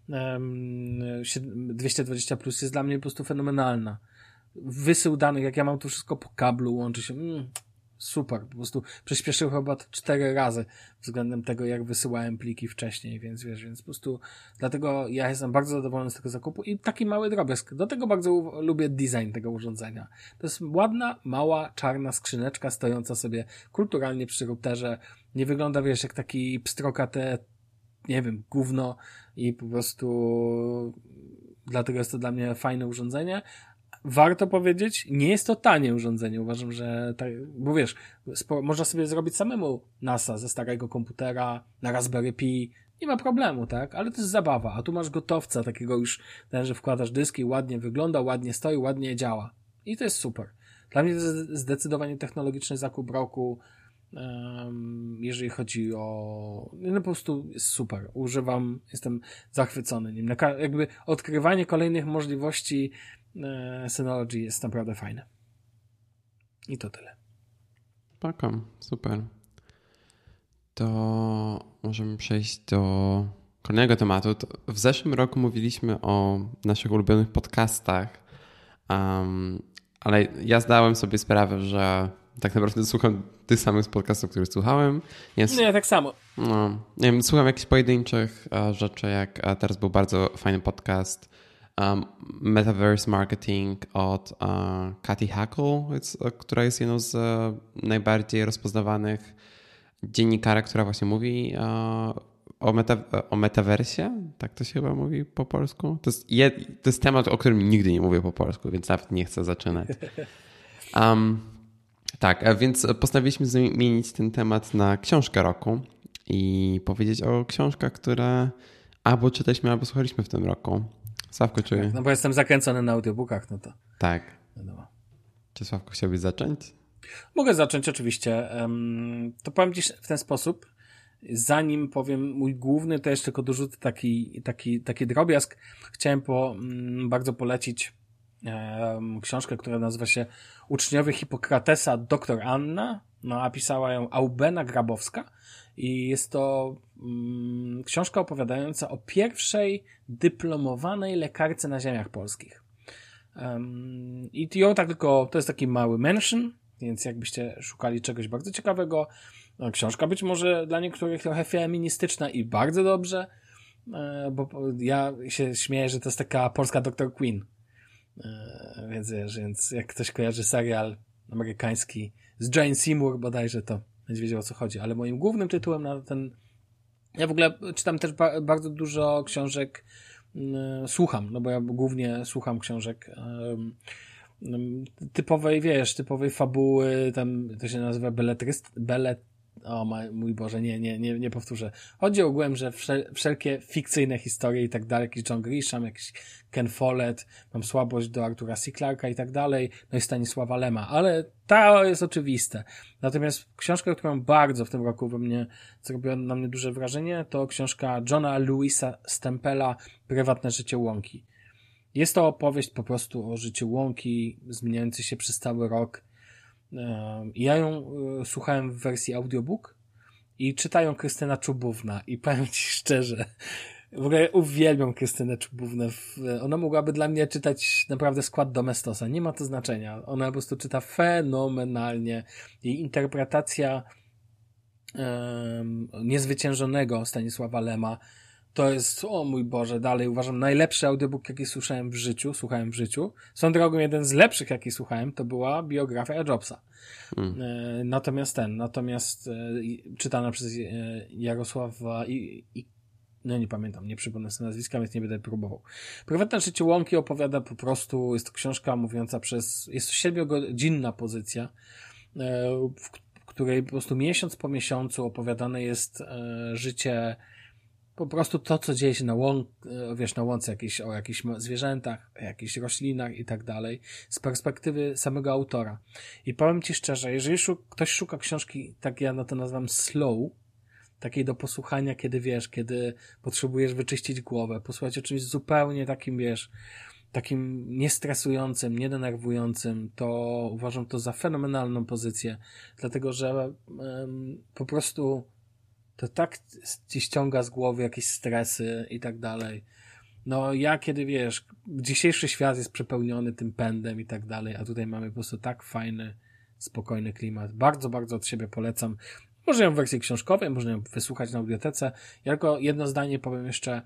220 Plus jest dla mnie po prostu fenomenalna. Wysył danych, jak ja mam to wszystko po kablu, łączy się, super, po prostu przyspieszył chyba 4 razy względem tego, jak wysyłałem pliki wcześniej, więc wiesz, więc po prostu dlatego ja jestem bardzo zadowolony z tego zakupu i taki mały drobiazg. Do tego bardzo lubię design tego urządzenia. To jest ładna, mała, czarna skrzyneczka stojąca sobie kulturalnie przy routerze. Nie wygląda, wiesz, jak taki pstrokate, nie wiem, gówno i po prostu dlatego jest to dla mnie fajne urządzenie. Warto powiedzieć, nie jest to tanie urządzenie. Uważam, że bo wiesz, można sobie zrobić samemu NASA ze starego komputera na Raspberry Pi. Nie ma problemu, tak? Ale to jest zabawa. A tu masz gotowca takiego już, że wkładasz dyski, ładnie wygląda, ładnie stoi, ładnie działa. I to jest super. Dla mnie to jest zdecydowanie technologiczny zakup roku, jeżeli chodzi o... No po prostu jest super. Używam, jestem zachwycony nim. Jakby odkrywanie kolejnych możliwości Synology jest naprawdę fajne. I to tyle. Spoko, super. To możemy przejść do kolejnego tematu. W zeszłym roku mówiliśmy o naszych ulubionych podcastach, ale ja zdałem sobie sprawę, że tak naprawdę słucham tych samych podcastów, których słuchałem. Ja tak samo. No, nie wiem, słucham jakichś pojedynczych rzeczy, jak teraz był bardzo fajny podcast Metaverse Marketing od Cathy Hackl, która jest jedną z najbardziej rozpoznawanych dziennikarek, która właśnie mówi o metaversie, tak to się chyba mówi po polsku. To jest temat, o którym nigdy nie mówię po polsku, więc nawet nie chcę zaczynać. Tak, więc postanowiliśmy zmienić ten temat na książkę roku i powiedzieć o książkach, które albo czytaliśmy, albo słuchaliśmy w tym roku. Sławko, czy... Tak, no bo jestem zakręcony na audiobookach, no to... Tak. No. Czy Sławko chciałbyś zacząć? Mogę zacząć oczywiście. To powiem dziś w ten sposób. Zanim powiem mój główny, to jeszcze tylko dorzucę taki drobiazg. Chciałem bardzo polecić książkę, która nazywa się Uczniowie Hipokratesa Dr. Anna. No, a pisała ją Aubena Grabowska i jest to książka opowiadająca o pierwszej dyplomowanej lekarce na ziemiach polskich. I ją tak tylko, to jest taki mały mention, więc jakbyście szukali czegoś bardzo ciekawego, no, książka być może dla niektórych trochę feministyczna i bardzo dobrze, bo ja się śmieję, że to jest taka polska Dr. Queen. Więc jak ktoś kojarzy serial amerykański z Jane Seymour bodajże, to będzie wiedział, o co chodzi. Ale moim głównym tytułem na ten... Ja w ogóle czytam też bardzo dużo książek, słucham, no bo ja głównie słucham książek typowej fabuły, tam to się nazywa mój Boże, nie powtórzę. Chodzi ogółem, że wszelkie fikcyjne historie i tak dalej, jakiś John Grisham, jakiś Ken Follett, mam słabość do Artura C. Clarke'a i tak dalej, no i Stanisława Lema, ale to jest oczywiste. Natomiast książka, którą bardzo w tym roku zrobiła na mnie duże wrażenie, to książka Johna Louisa Stempela Prywatne życie Łąki. Jest to opowieść po prostu o życiu Łąki, zmieniający się przez cały rok. Ja ją słuchałem w wersji audiobook i czytają Krystyna Czubówna i powiem ci szczerze, w ogóle uwielbiam Krystynę Czubównę. Ona mogłaby dla mnie czytać naprawdę skład Domestosa. Nie ma to znaczenia. Ona po prostu czyta fenomenalnie. Jej interpretacja Niezwyciężonego Stanisława Lema to jest, o mój Boże, dalej uważam najlepszy audiobook, jaki słuchałem w życiu. Są drogą jeden z lepszych, jaki słuchałem, to była biografia Jobsa. Natomiast czytana przez Jarosława no nie pamiętam, nie przypomnę sobie nazwiska, więc nie będę próbował. Prywatne życie Łąki opowiada po prostu, jest to książka mówiąca jest to 7-godzinna pozycja, w której po prostu miesiąc po miesiącu opowiadane jest życie, po prostu to, co dzieje się na łące, o jakichś zwierzętach, jakichś roślinach i tak dalej, z perspektywy samego autora. I powiem ci szczerze, jeżeli ktoś szuka książki, tak ja to nazywam slow, takiej do posłuchania, kiedy potrzebujesz wyczyścić głowę, posłuchać o czymś zupełnie takim, takim niestresującym, niedenerwującym, to uważam to za fenomenalną pozycję, dlatego że po prostu to tak ci ściąga z głowy jakieś stresy i tak dalej. No kiedy dzisiejszy świat jest przepełniony tym pędem i tak dalej, a tutaj mamy po prostu tak fajny, spokojny klimat. Bardzo, bardzo od siebie polecam. Można ją w wersji książkowej, można ją wysłuchać na audiotece. Ja tylko jedno zdanie powiem jeszcze.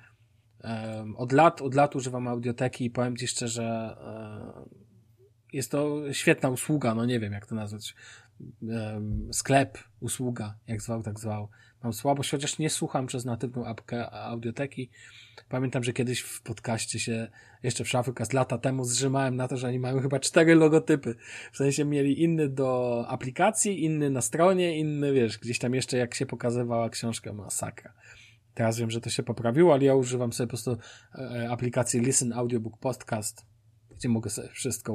Od lat używam audioteki i powiem ci szczerze, jest to świetna usługa, no nie wiem jak to nazwać. Sklep, usługa, jak zwał, tak zwał. Mam słabość, chociaż nie słucham przez natywną apkę audioteki. Pamiętam, że kiedyś w podcaście się, jeszcze w Shufflecast lata temu zrzymałem na to, że oni mają chyba 4 logotypy. W sensie mieli inny do aplikacji, inny na stronie, inny, gdzieś tam jeszcze jak się pokazywała książka, masakra. Teraz wiem, że to się poprawiło, ale ja używam sobie po prostu aplikacji Listen Audiobook Podcast, gdzie mogę sobie wszystko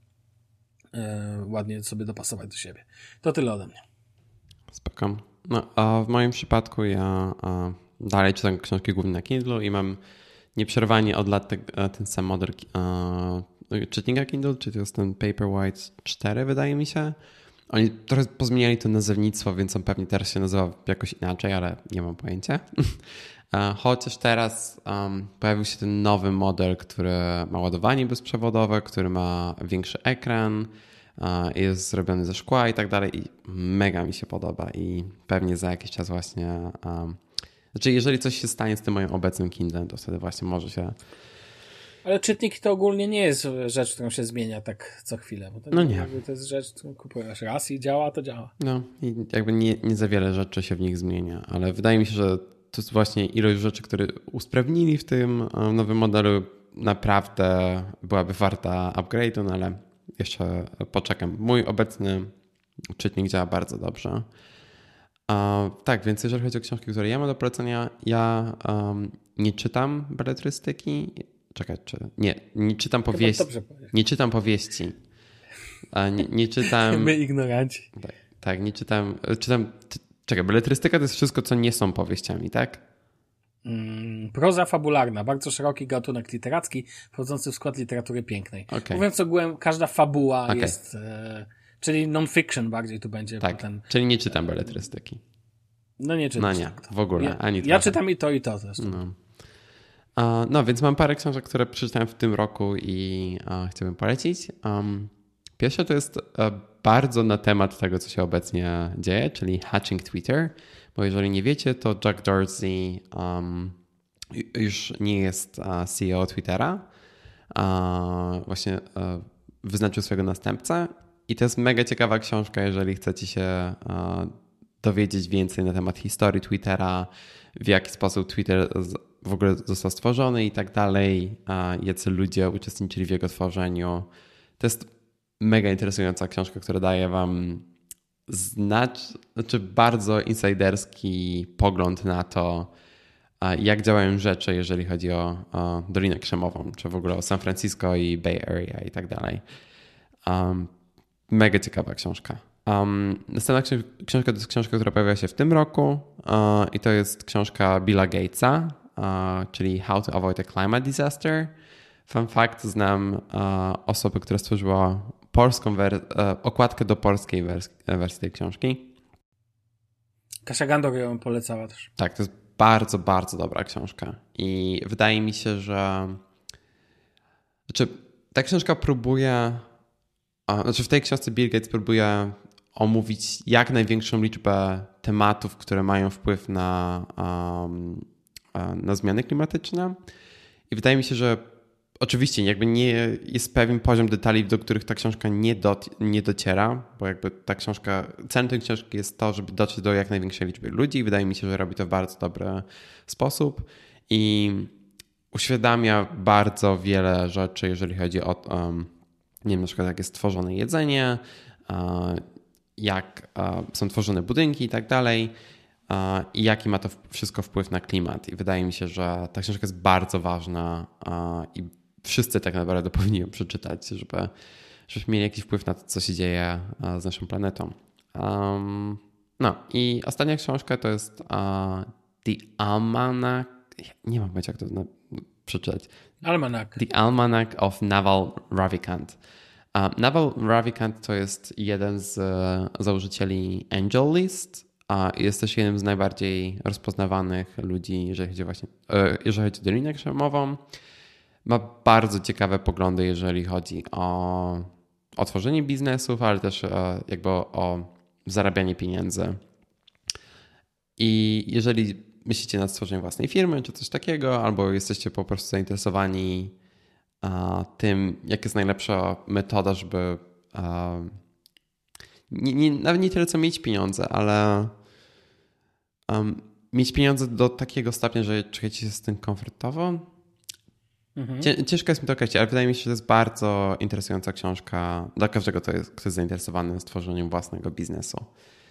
ładnie sobie dopasować do siebie. To tyle ode mnie. Spoko. No, a w moim przypadku ja dalej czytam książki głównie na Kindle i mam nieprzerwanie od lat ten sam model czytnika Kindle, czyli to jest ten Paperwhite 4, wydaje mi się. Oni trochę pozmieniali to nazewnictwo, więc on pewnie teraz się nazywa jakoś inaczej, ale nie mam pojęcia. Chociaż teraz pojawił się ten nowy model, który ma ładowanie bezprzewodowe, który ma większy ekran, jest zrobiony ze szkła i tak dalej i mega mi się podoba i pewnie za jakiś czas właśnie znaczy jeżeli coś się stanie z tym moim obecnym Kindlem, to wtedy właśnie może się... Ale czytnik to ogólnie nie jest rzecz, którą się zmienia tak co chwilę. Bo to no nie. To jest rzecz, którą kupujesz raz i działa, to działa. No i jakby nie za wiele rzeczy się w nich zmienia, ale wydaje mi się, że to jest właśnie ilość rzeczy, które usprawnili w tym nowym modelu naprawdę byłaby warta upgrade'u, no ale jeszcze poczekam. Mój obecny czytnik działa bardzo dobrze. Tak, więc jeżeli chodzi o książki, które ja mam do polecenia, ja nie czytam beletrystyki. Czekaj, nie czytam powieści. Nie czytam powieści. Nie czytam... My ignoranci. Tak, nie czytam... Czekaj, beletrystyka to jest wszystko, co nie są powieściami, tak? Proza fabularna, bardzo szeroki gatunek literacki, wchodzący w skład literatury pięknej. Okay. Mówiąc ogółem, każda fabuła jest... czyli non-fiction bardziej tu będzie. Tak, czyli nie czytam beletrystyki. No nie czytam. No nie, w ogóle. Ja czytam i to też. No, więc mam parę książek, które przeczytałem w tym roku i chciałbym polecić. Pierwsza to jest bardzo na temat tego, co się obecnie dzieje, czyli Hatching Twitter, bo jeżeli nie wiecie, to Jack Dorsey już nie jest CEO Twittera. Właśnie wyznaczył swojego następcę i to jest mega ciekawa książka, jeżeli chcecie się dowiedzieć więcej na temat historii Twittera, w jaki sposób Twitter w ogóle został stworzony i tak dalej, jacy ludzie uczestniczyli w jego tworzeniu. To jest mega interesująca książka, która daje wam bardzo insiderski pogląd na to, jak działają rzeczy, jeżeli chodzi o Dolinę Krzemową, czy w ogóle o San Francisco i Bay Area i tak dalej. Mega ciekawa książka. Następna książka to jest książka, która pojawia się w tym roku i to jest książka Billa Gatesa, czyli How to Avoid a Climate Disaster. Fun fact, znam osobę, która stworzyła okładkę do polskiej wersji tej książki. Kasia Gandor ją polecała też. Tak, to jest bardzo, bardzo dobra książka i wydaje mi się, że ta książka próbuje, w tej książce Bill Gates próbuje omówić jak największą liczbę tematów, które mają wpływ na zmiany klimatyczne i wydaje mi się, że oczywiście jakby nie jest pewien poziom detali, do których ta książka nie dociera, bo jakby ta książka, celem tej książki jest to, żeby dotrzeć do jak największej liczby ludzi i wydaje mi się, że robi to w bardzo dobry sposób i uświadamia bardzo wiele rzeczy, jeżeli chodzi o nie wiem, na przykład jak jest tworzone jedzenie, jak są tworzone budynki i tak dalej i jaki ma to wszystko wpływ na klimat. I wydaje mi się, że ta książka jest bardzo ważna i wszyscy tak naprawdę powinni ją przeczytać, żebyśmy mieli jakiś wpływ na to, co się dzieje z naszą planetą. No i ostatnia książka to jest The Almanac. Nie mam pojęcia, jak to przeczytać. Almanac. The Almanac of Naval Ravikant. Naval Ravikant to jest jeden z założycieli AngelList. Jest też jednym z najbardziej rozpoznawanych ludzi, jeżeli chodzi o Dolinę Krzemową. Ma bardzo ciekawe poglądy, jeżeli chodzi o tworzenie biznesów, ale też jakby o zarabianie pieniędzy. I jeżeli myślicie nad stworzeniem własnej firmy czy coś takiego, albo jesteście po prostu zainteresowani tym, jaka jest najlepsza metoda, żeby nawet nie tyle co mieć pieniądze, ale mieć pieniądze do takiego stopnia, że czujecie się z tym komfortowo. Ciężko jest mi to określić, ale wydaje mi się, że to jest bardzo interesująca książka dla każdego, kto jest zainteresowany stworzeniem własnego biznesu.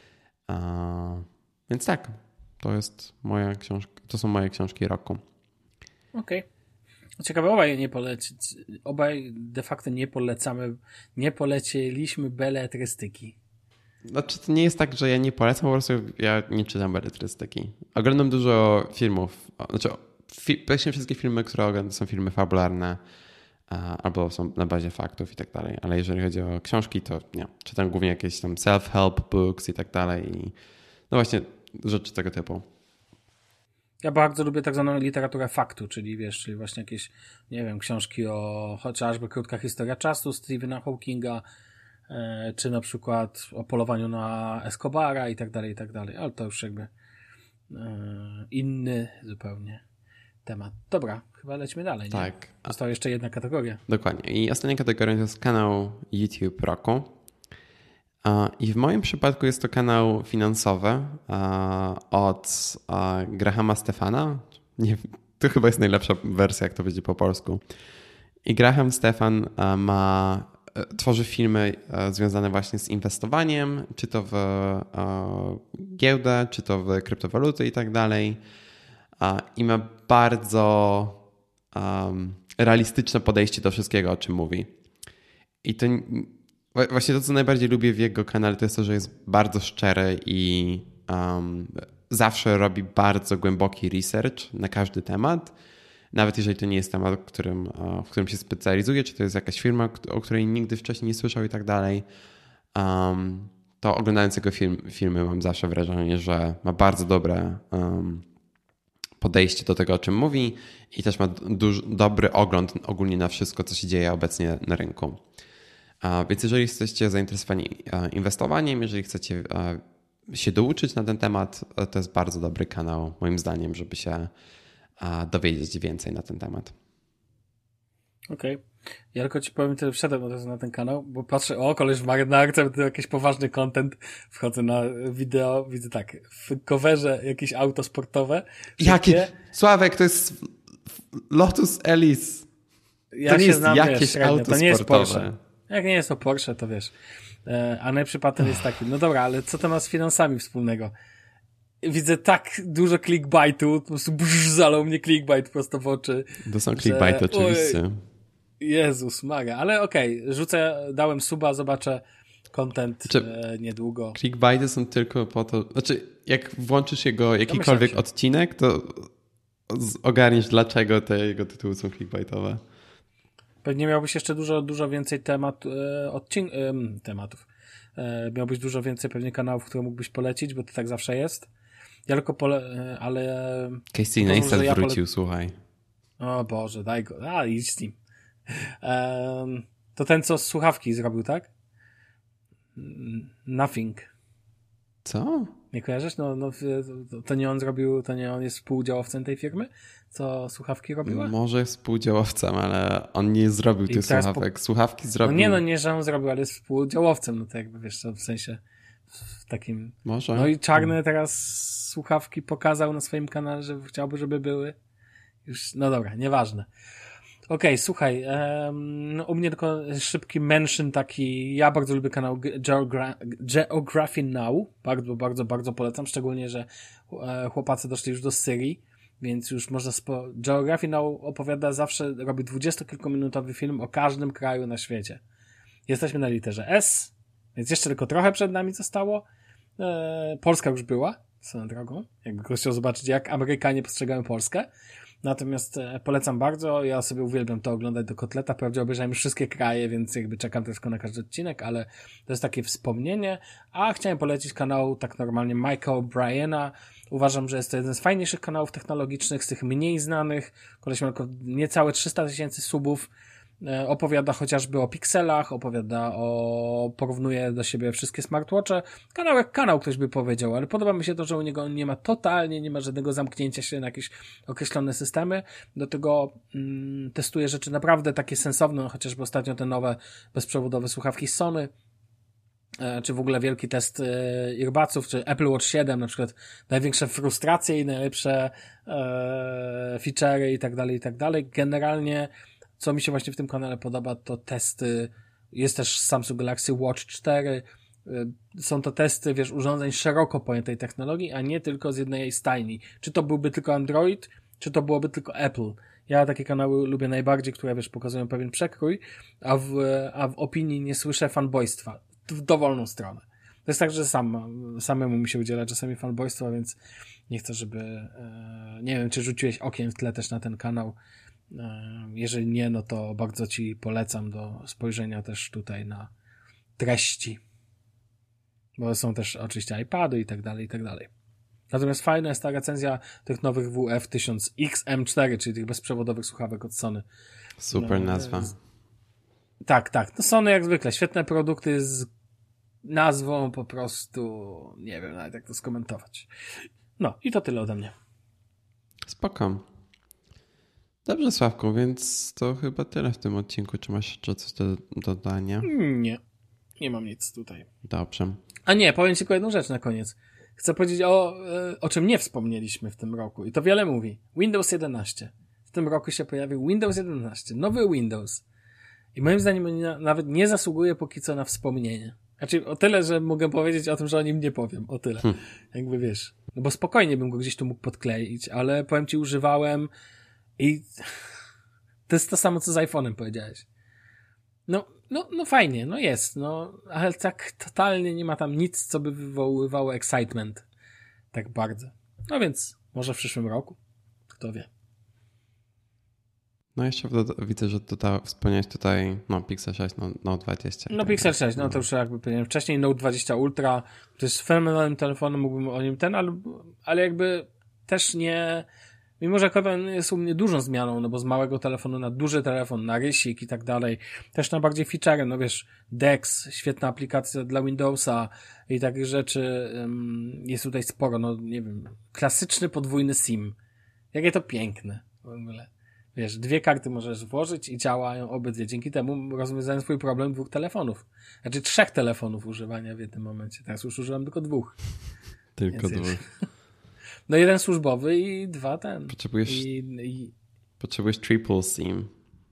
Więc tak, to jest moja książka, to są moje książki roku. Okej. Ciekawe, obaj de facto nie polecieliśmy beletrystyki. Znaczy to nie jest tak, że ja nie polecam, po prostu ja nie czytam beletrystyki. Oglądam dużo filmów, praktycznie wszystkie filmy, które oglądam, są filmy fabularne albo są na bazie faktów i tak dalej, ale jeżeli chodzi o książki, to nie. Czytam głównie jakieś tam self-help books i tak dalej i no właśnie rzeczy tego typu. Ja bardzo lubię tak zwaną literaturę faktu, czyli właśnie jakieś, nie wiem, książki o chociażby Krótka historia czasu Stephena Hawkinga, czy na przykład o polowaniu na Escobara i tak dalej, ale to już jakby inny zupełnie temat. Dobra, chyba lećmy dalej. Tak. Nie? Została jeszcze jedna kategoria. Dokładnie. I ostatnia kategoria to jest kanał YouTube roku. I w moim przypadku jest to kanał finansowy od Grahama Stefana. Nie, to chyba jest najlepsza wersja, jak to będzie po polsku. I Graham Stefan ma tworzy filmy związane właśnie z inwestowaniem, czy to w giełdę, czy to w kryptowaluty i tak dalej. I ma bardzo realistyczne podejście do wszystkiego, o czym mówi. I to właśnie to, co najbardziej lubię w jego kanale, to jest to, że jest bardzo szczery i zawsze robi bardzo głęboki research na każdy temat. Nawet jeżeli to nie jest temat, w którym się specjalizuje, czy to jest jakaś firma, o której nigdy wcześniej nie słyszał i tak dalej, to oglądając jego filmy mam zawsze wrażenie, że ma bardzo dobre podejście do tego, o czym mówi i też ma dobry ogląd ogólnie na wszystko, co się dzieje obecnie na rynku. Więc jeżeli jesteście zainteresowani inwestowaniem, jeżeli chcecie się douczyć na ten temat, to jest bardzo dobry kanał, moim zdaniem, żeby się dowiedzieć więcej na ten temat. Okej. Ja tylko ci powiem tyle, wszedłem od razu na ten kanał, bo patrzę, koleś w marynarce, to jakiś poważny content, wchodzę na wideo, widzę tak, w coverze jakieś auto sportowe. Jakie? Sławek, to jest Lotus Elise. To nie jest jakieś auto to nie jest sportowe. Porsche. Jak nie jest to Porsche, to wiesz. A najlepszy patent jest taki, no dobra, ale co to ma z finansami wspólnego? Widzę tak dużo clickbaitu, po prostu zalał mnie clickbait prosto w oczy. To są clickbaity oczywiście. Jezus Maria, ale okej, dałem suba, zobaczę content niedługo. Clickbaity są tylko po to, znaczy jak włączysz jego jakikolwiek odcinek, to ogarniesz, dlaczego te jego tytuły są clickbaitowe. Pewnie miałbyś jeszcze dużo więcej tematów. Miałbyś dużo więcej pewnie kanałów, które mógłbyś polecić, bo to tak zawsze jest. Ja tylko ale... Casey Neistat wrócił, słuchaj. O Boże, daj go. Idź z nim. To ten, co słuchawki zrobił, tak? Nothing. Co? Nie kojarzysz? To nie on zrobił, to nie on jest współudziałowcem tej firmy, co słuchawki robiła? Może jest współdziałowcem, ale on nie zrobił tych słuchawek. Słuchawki zrobił... Nie, że on zrobił, ale jest współudziałowcem, no to jakby wiesz, to w sensie w takim... Może. No i Czarny teraz słuchawki pokazał na swoim kanale, że chciałby, żeby były. Już, no dobra, nieważne. Okej, słuchaj, u mnie tylko szybki mention taki, ja bardzo lubię kanał Geography Now, bardzo, bardzo, bardzo polecam, szczególnie, że chłopacy doszli już do Syrii, więc już można Geography Now opowiada zawsze, robi 20-kilkuminutowy film o każdym kraju na świecie. Jesteśmy na literze S, więc jeszcze tylko trochę przed nami zostało. Polska już była, swoją drogą, jakby ktoś chciał zobaczyć, jak Amerykanie postrzegają Polskę. Natomiast polecam bardzo, ja sobie uwielbiam to oglądać do kotleta, wprawdzie obejrzałem już wszystkie kraje, więc jakby czekam tylko na każdy odcinek, ale to jest takie wspomnienie, a chciałem polecić kanał tak normalnie Michael Bryana. Uważam, że jest to jeden z fajniejszych kanałów technologicznych, z tych mniej znanych, koleś ma tylko niecałe 300 000 subów, opowiada chociażby o pikselach, porównuje do siebie wszystkie smartwatche. Kanał jak kanał, ktoś by powiedział, ale podoba mi się to, że u niego nie ma żadnego zamknięcia się na jakieś określone systemy. Do tego testuje rzeczy naprawdę takie sensowne, chociażby ostatnio te nowe bezprzewodowe słuchawki Sony, czy w ogóle wielki test earbudsów, czy Apple Watch 7, na przykład największe frustracje i najlepsze feature'y i tak dalej. Generalnie co mi się właśnie w tym kanale podoba, to testy, jest też Samsung Galaxy Watch 4, są to testy, wiesz, urządzeń szeroko pojętej technologii, a nie tylko z jednej stajni. Czy to byłby tylko Android, czy to byłoby tylko Apple. Ja takie kanały lubię najbardziej, które, wiesz, pokazują pewien przekrój, a w opinii nie słyszę fanboystwa. W dowolną stronę. To jest tak, że samemu mi się udziela czasami fanboystwa, więc nie chcę, żeby... nie wiem, czy rzuciłeś okiem w tle też na ten kanał. Jeżeli nie, no to bardzo ci polecam do spojrzenia też tutaj na treści. Bo są też oczywiście iPady i tak dalej, i tak dalej. Natomiast fajna jest ta recenzja tych nowych WF-1000XM4, czyli tych bezprzewodowych słuchawek od Sony. Super nazwa. Tak. No Sony jak zwykle. Świetne produkty z nazwą po prostu... Nie wiem nawet jak to skomentować. No i to tyle ode mnie. Spoko. Dobrze, Sławku, więc to chyba tyle w tym odcinku. Czy masz jeszcze coś do dodania? Nie mam nic tutaj. Dobrze. A nie, powiem ci tylko jedną rzecz na koniec. Chcę powiedzieć o czym nie wspomnieliśmy w tym roku. I to wiele mówi. Windows 11. W tym roku się pojawił Windows 11. Nowy Windows. I moim zdaniem nawet nie zasługuje póki co na wspomnienie. Znaczy o tyle, że mogę powiedzieć o tym, że o nim nie powiem. O tyle. Jakby wiesz. No bo spokojnie bym go gdzieś tu mógł podkleić, ale powiem ci, używałem i to jest to samo, co z iPhone'em powiedziałeś. No fajnie, no jest, no, ale tak totalnie nie ma tam nic, co by wywoływało excitement. Tak bardzo. No więc może w przyszłym roku. Kto wie. No jeszcze widzę, że wspomniałeś tutaj Pixel 6, Note 20. No Pixel 6, no to już jakby powiedziałem wcześniej, Note 20 Ultra, to jest fenomenalnym telefonem, mógłbym o nim ale jakby też nie, mimo że ekran jest u mnie dużą zmianą, no bo z małego telefonu na duży telefon, na rysik i tak dalej, też na bardziej feature, no wiesz, Dex, świetna aplikacja dla Windowsa i takich rzeczy jest tutaj sporo, no nie wiem, klasyczny podwójny SIM. Jakie to piękne w ogóle. Wiesz, 2 karty możesz włożyć i działają obydwie. Dzięki temu rozwiązałem swój problem 2 telefonów. Znaczy 3 telefonów używania w jednym momencie. Teraz już użyłem tylko 2. Tylko 2. No 1 służbowy i 2 ten. Potrzebujesz triple SIM.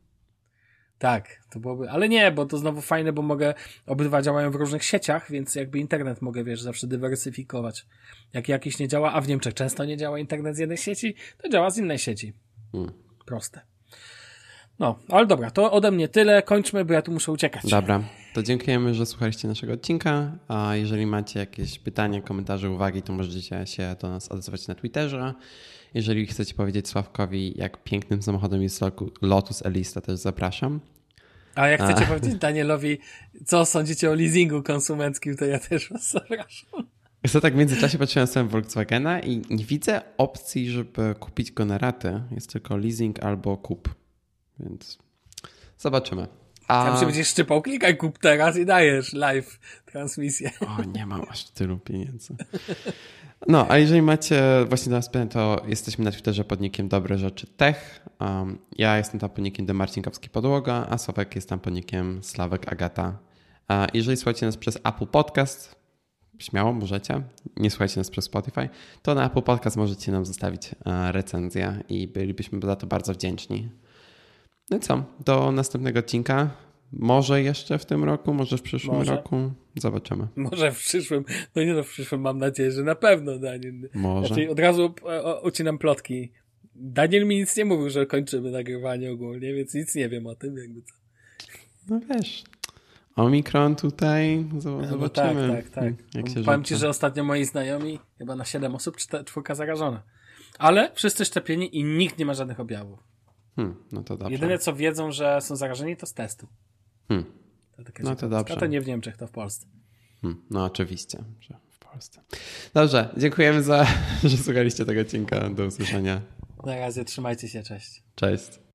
Tak, to byłoby, ale nie, bo to znowu fajne, bo obydwa działają w różnych sieciach, więc jakby internet mogę, wiesz, zawsze dywersyfikować. Jak jakiś nie działa, a w Niemczech często nie działa internet z jednej sieci, to działa z innej sieci. Proste. No, ale dobra, to ode mnie tyle. Kończmy, bo ja tu muszę uciekać. Dobra, to dziękujemy, że słuchaliście naszego odcinka. A jeżeli macie jakieś pytania, komentarze, uwagi, to możecie się do nas odezwać na Twitterze. Jeżeli chcecie powiedzieć Sławkowi, jak pięknym samochodem jest Lotus Elise, to też zapraszam. A jak chcecie powiedzieć Danielowi, co sądzicie o leasingu konsumenckim, to ja też was zapraszam. Ja tak w międzyczasie patrzyłem na Volkswagena i nie widzę opcji, żeby kupić go na raty. Jest tylko leasing albo kup. Więc zobaczymy. Tam się będziesz szczypał, klikaj kup teraz i dajesz live transmisję. O, nie mam aż tylu pieniędzy. No, a jeżeli macie właśnie do nas pytań, to jesteśmy na Twitterze pod nickiem Dobre Rzeczy Tech. Ja jestem tam pod nickiem Marcinkowski Podłoga, a Sławek jest tam pod nickiem Sławek Agata. Jeżeli słuchacie nas przez Apple Podcast, śmiało, możecie. Nie słuchajcie nas przez Spotify, to na Apple Podcast możecie nam zostawić recenzję i bylibyśmy za to bardzo wdzięczni. No i co? Do następnego odcinka. Może jeszcze w tym roku, może w przyszłym roku. Zobaczymy. Może w przyszłym. No nie, w przyszłym mam nadzieję, że na pewno, Daniel. Może. Znaczy od razu ucinam plotki. Daniel mi nic nie mówił, że kończymy nagrywanie ogólnie, więc nic nie wiem o tym, jakby co. No wiesz, Omikron tutaj, zobaczymy. No tak. Powiem ci, że ostatnio moi znajomi, chyba na 7 osób, 4 zarażone. Ale wszyscy szczepieni i nikt nie ma żadnych objawów. No to dobrze. Jedyne co wiedzą, że są zarażeni, to z testu. No to dobrze. A to nie w Niemczech, to w Polsce. No oczywiście, że w Polsce. Dobrze, dziękujemy że słuchaliście tego odcinka. Do usłyszenia. Na razie, trzymajcie się, cześć. Cześć.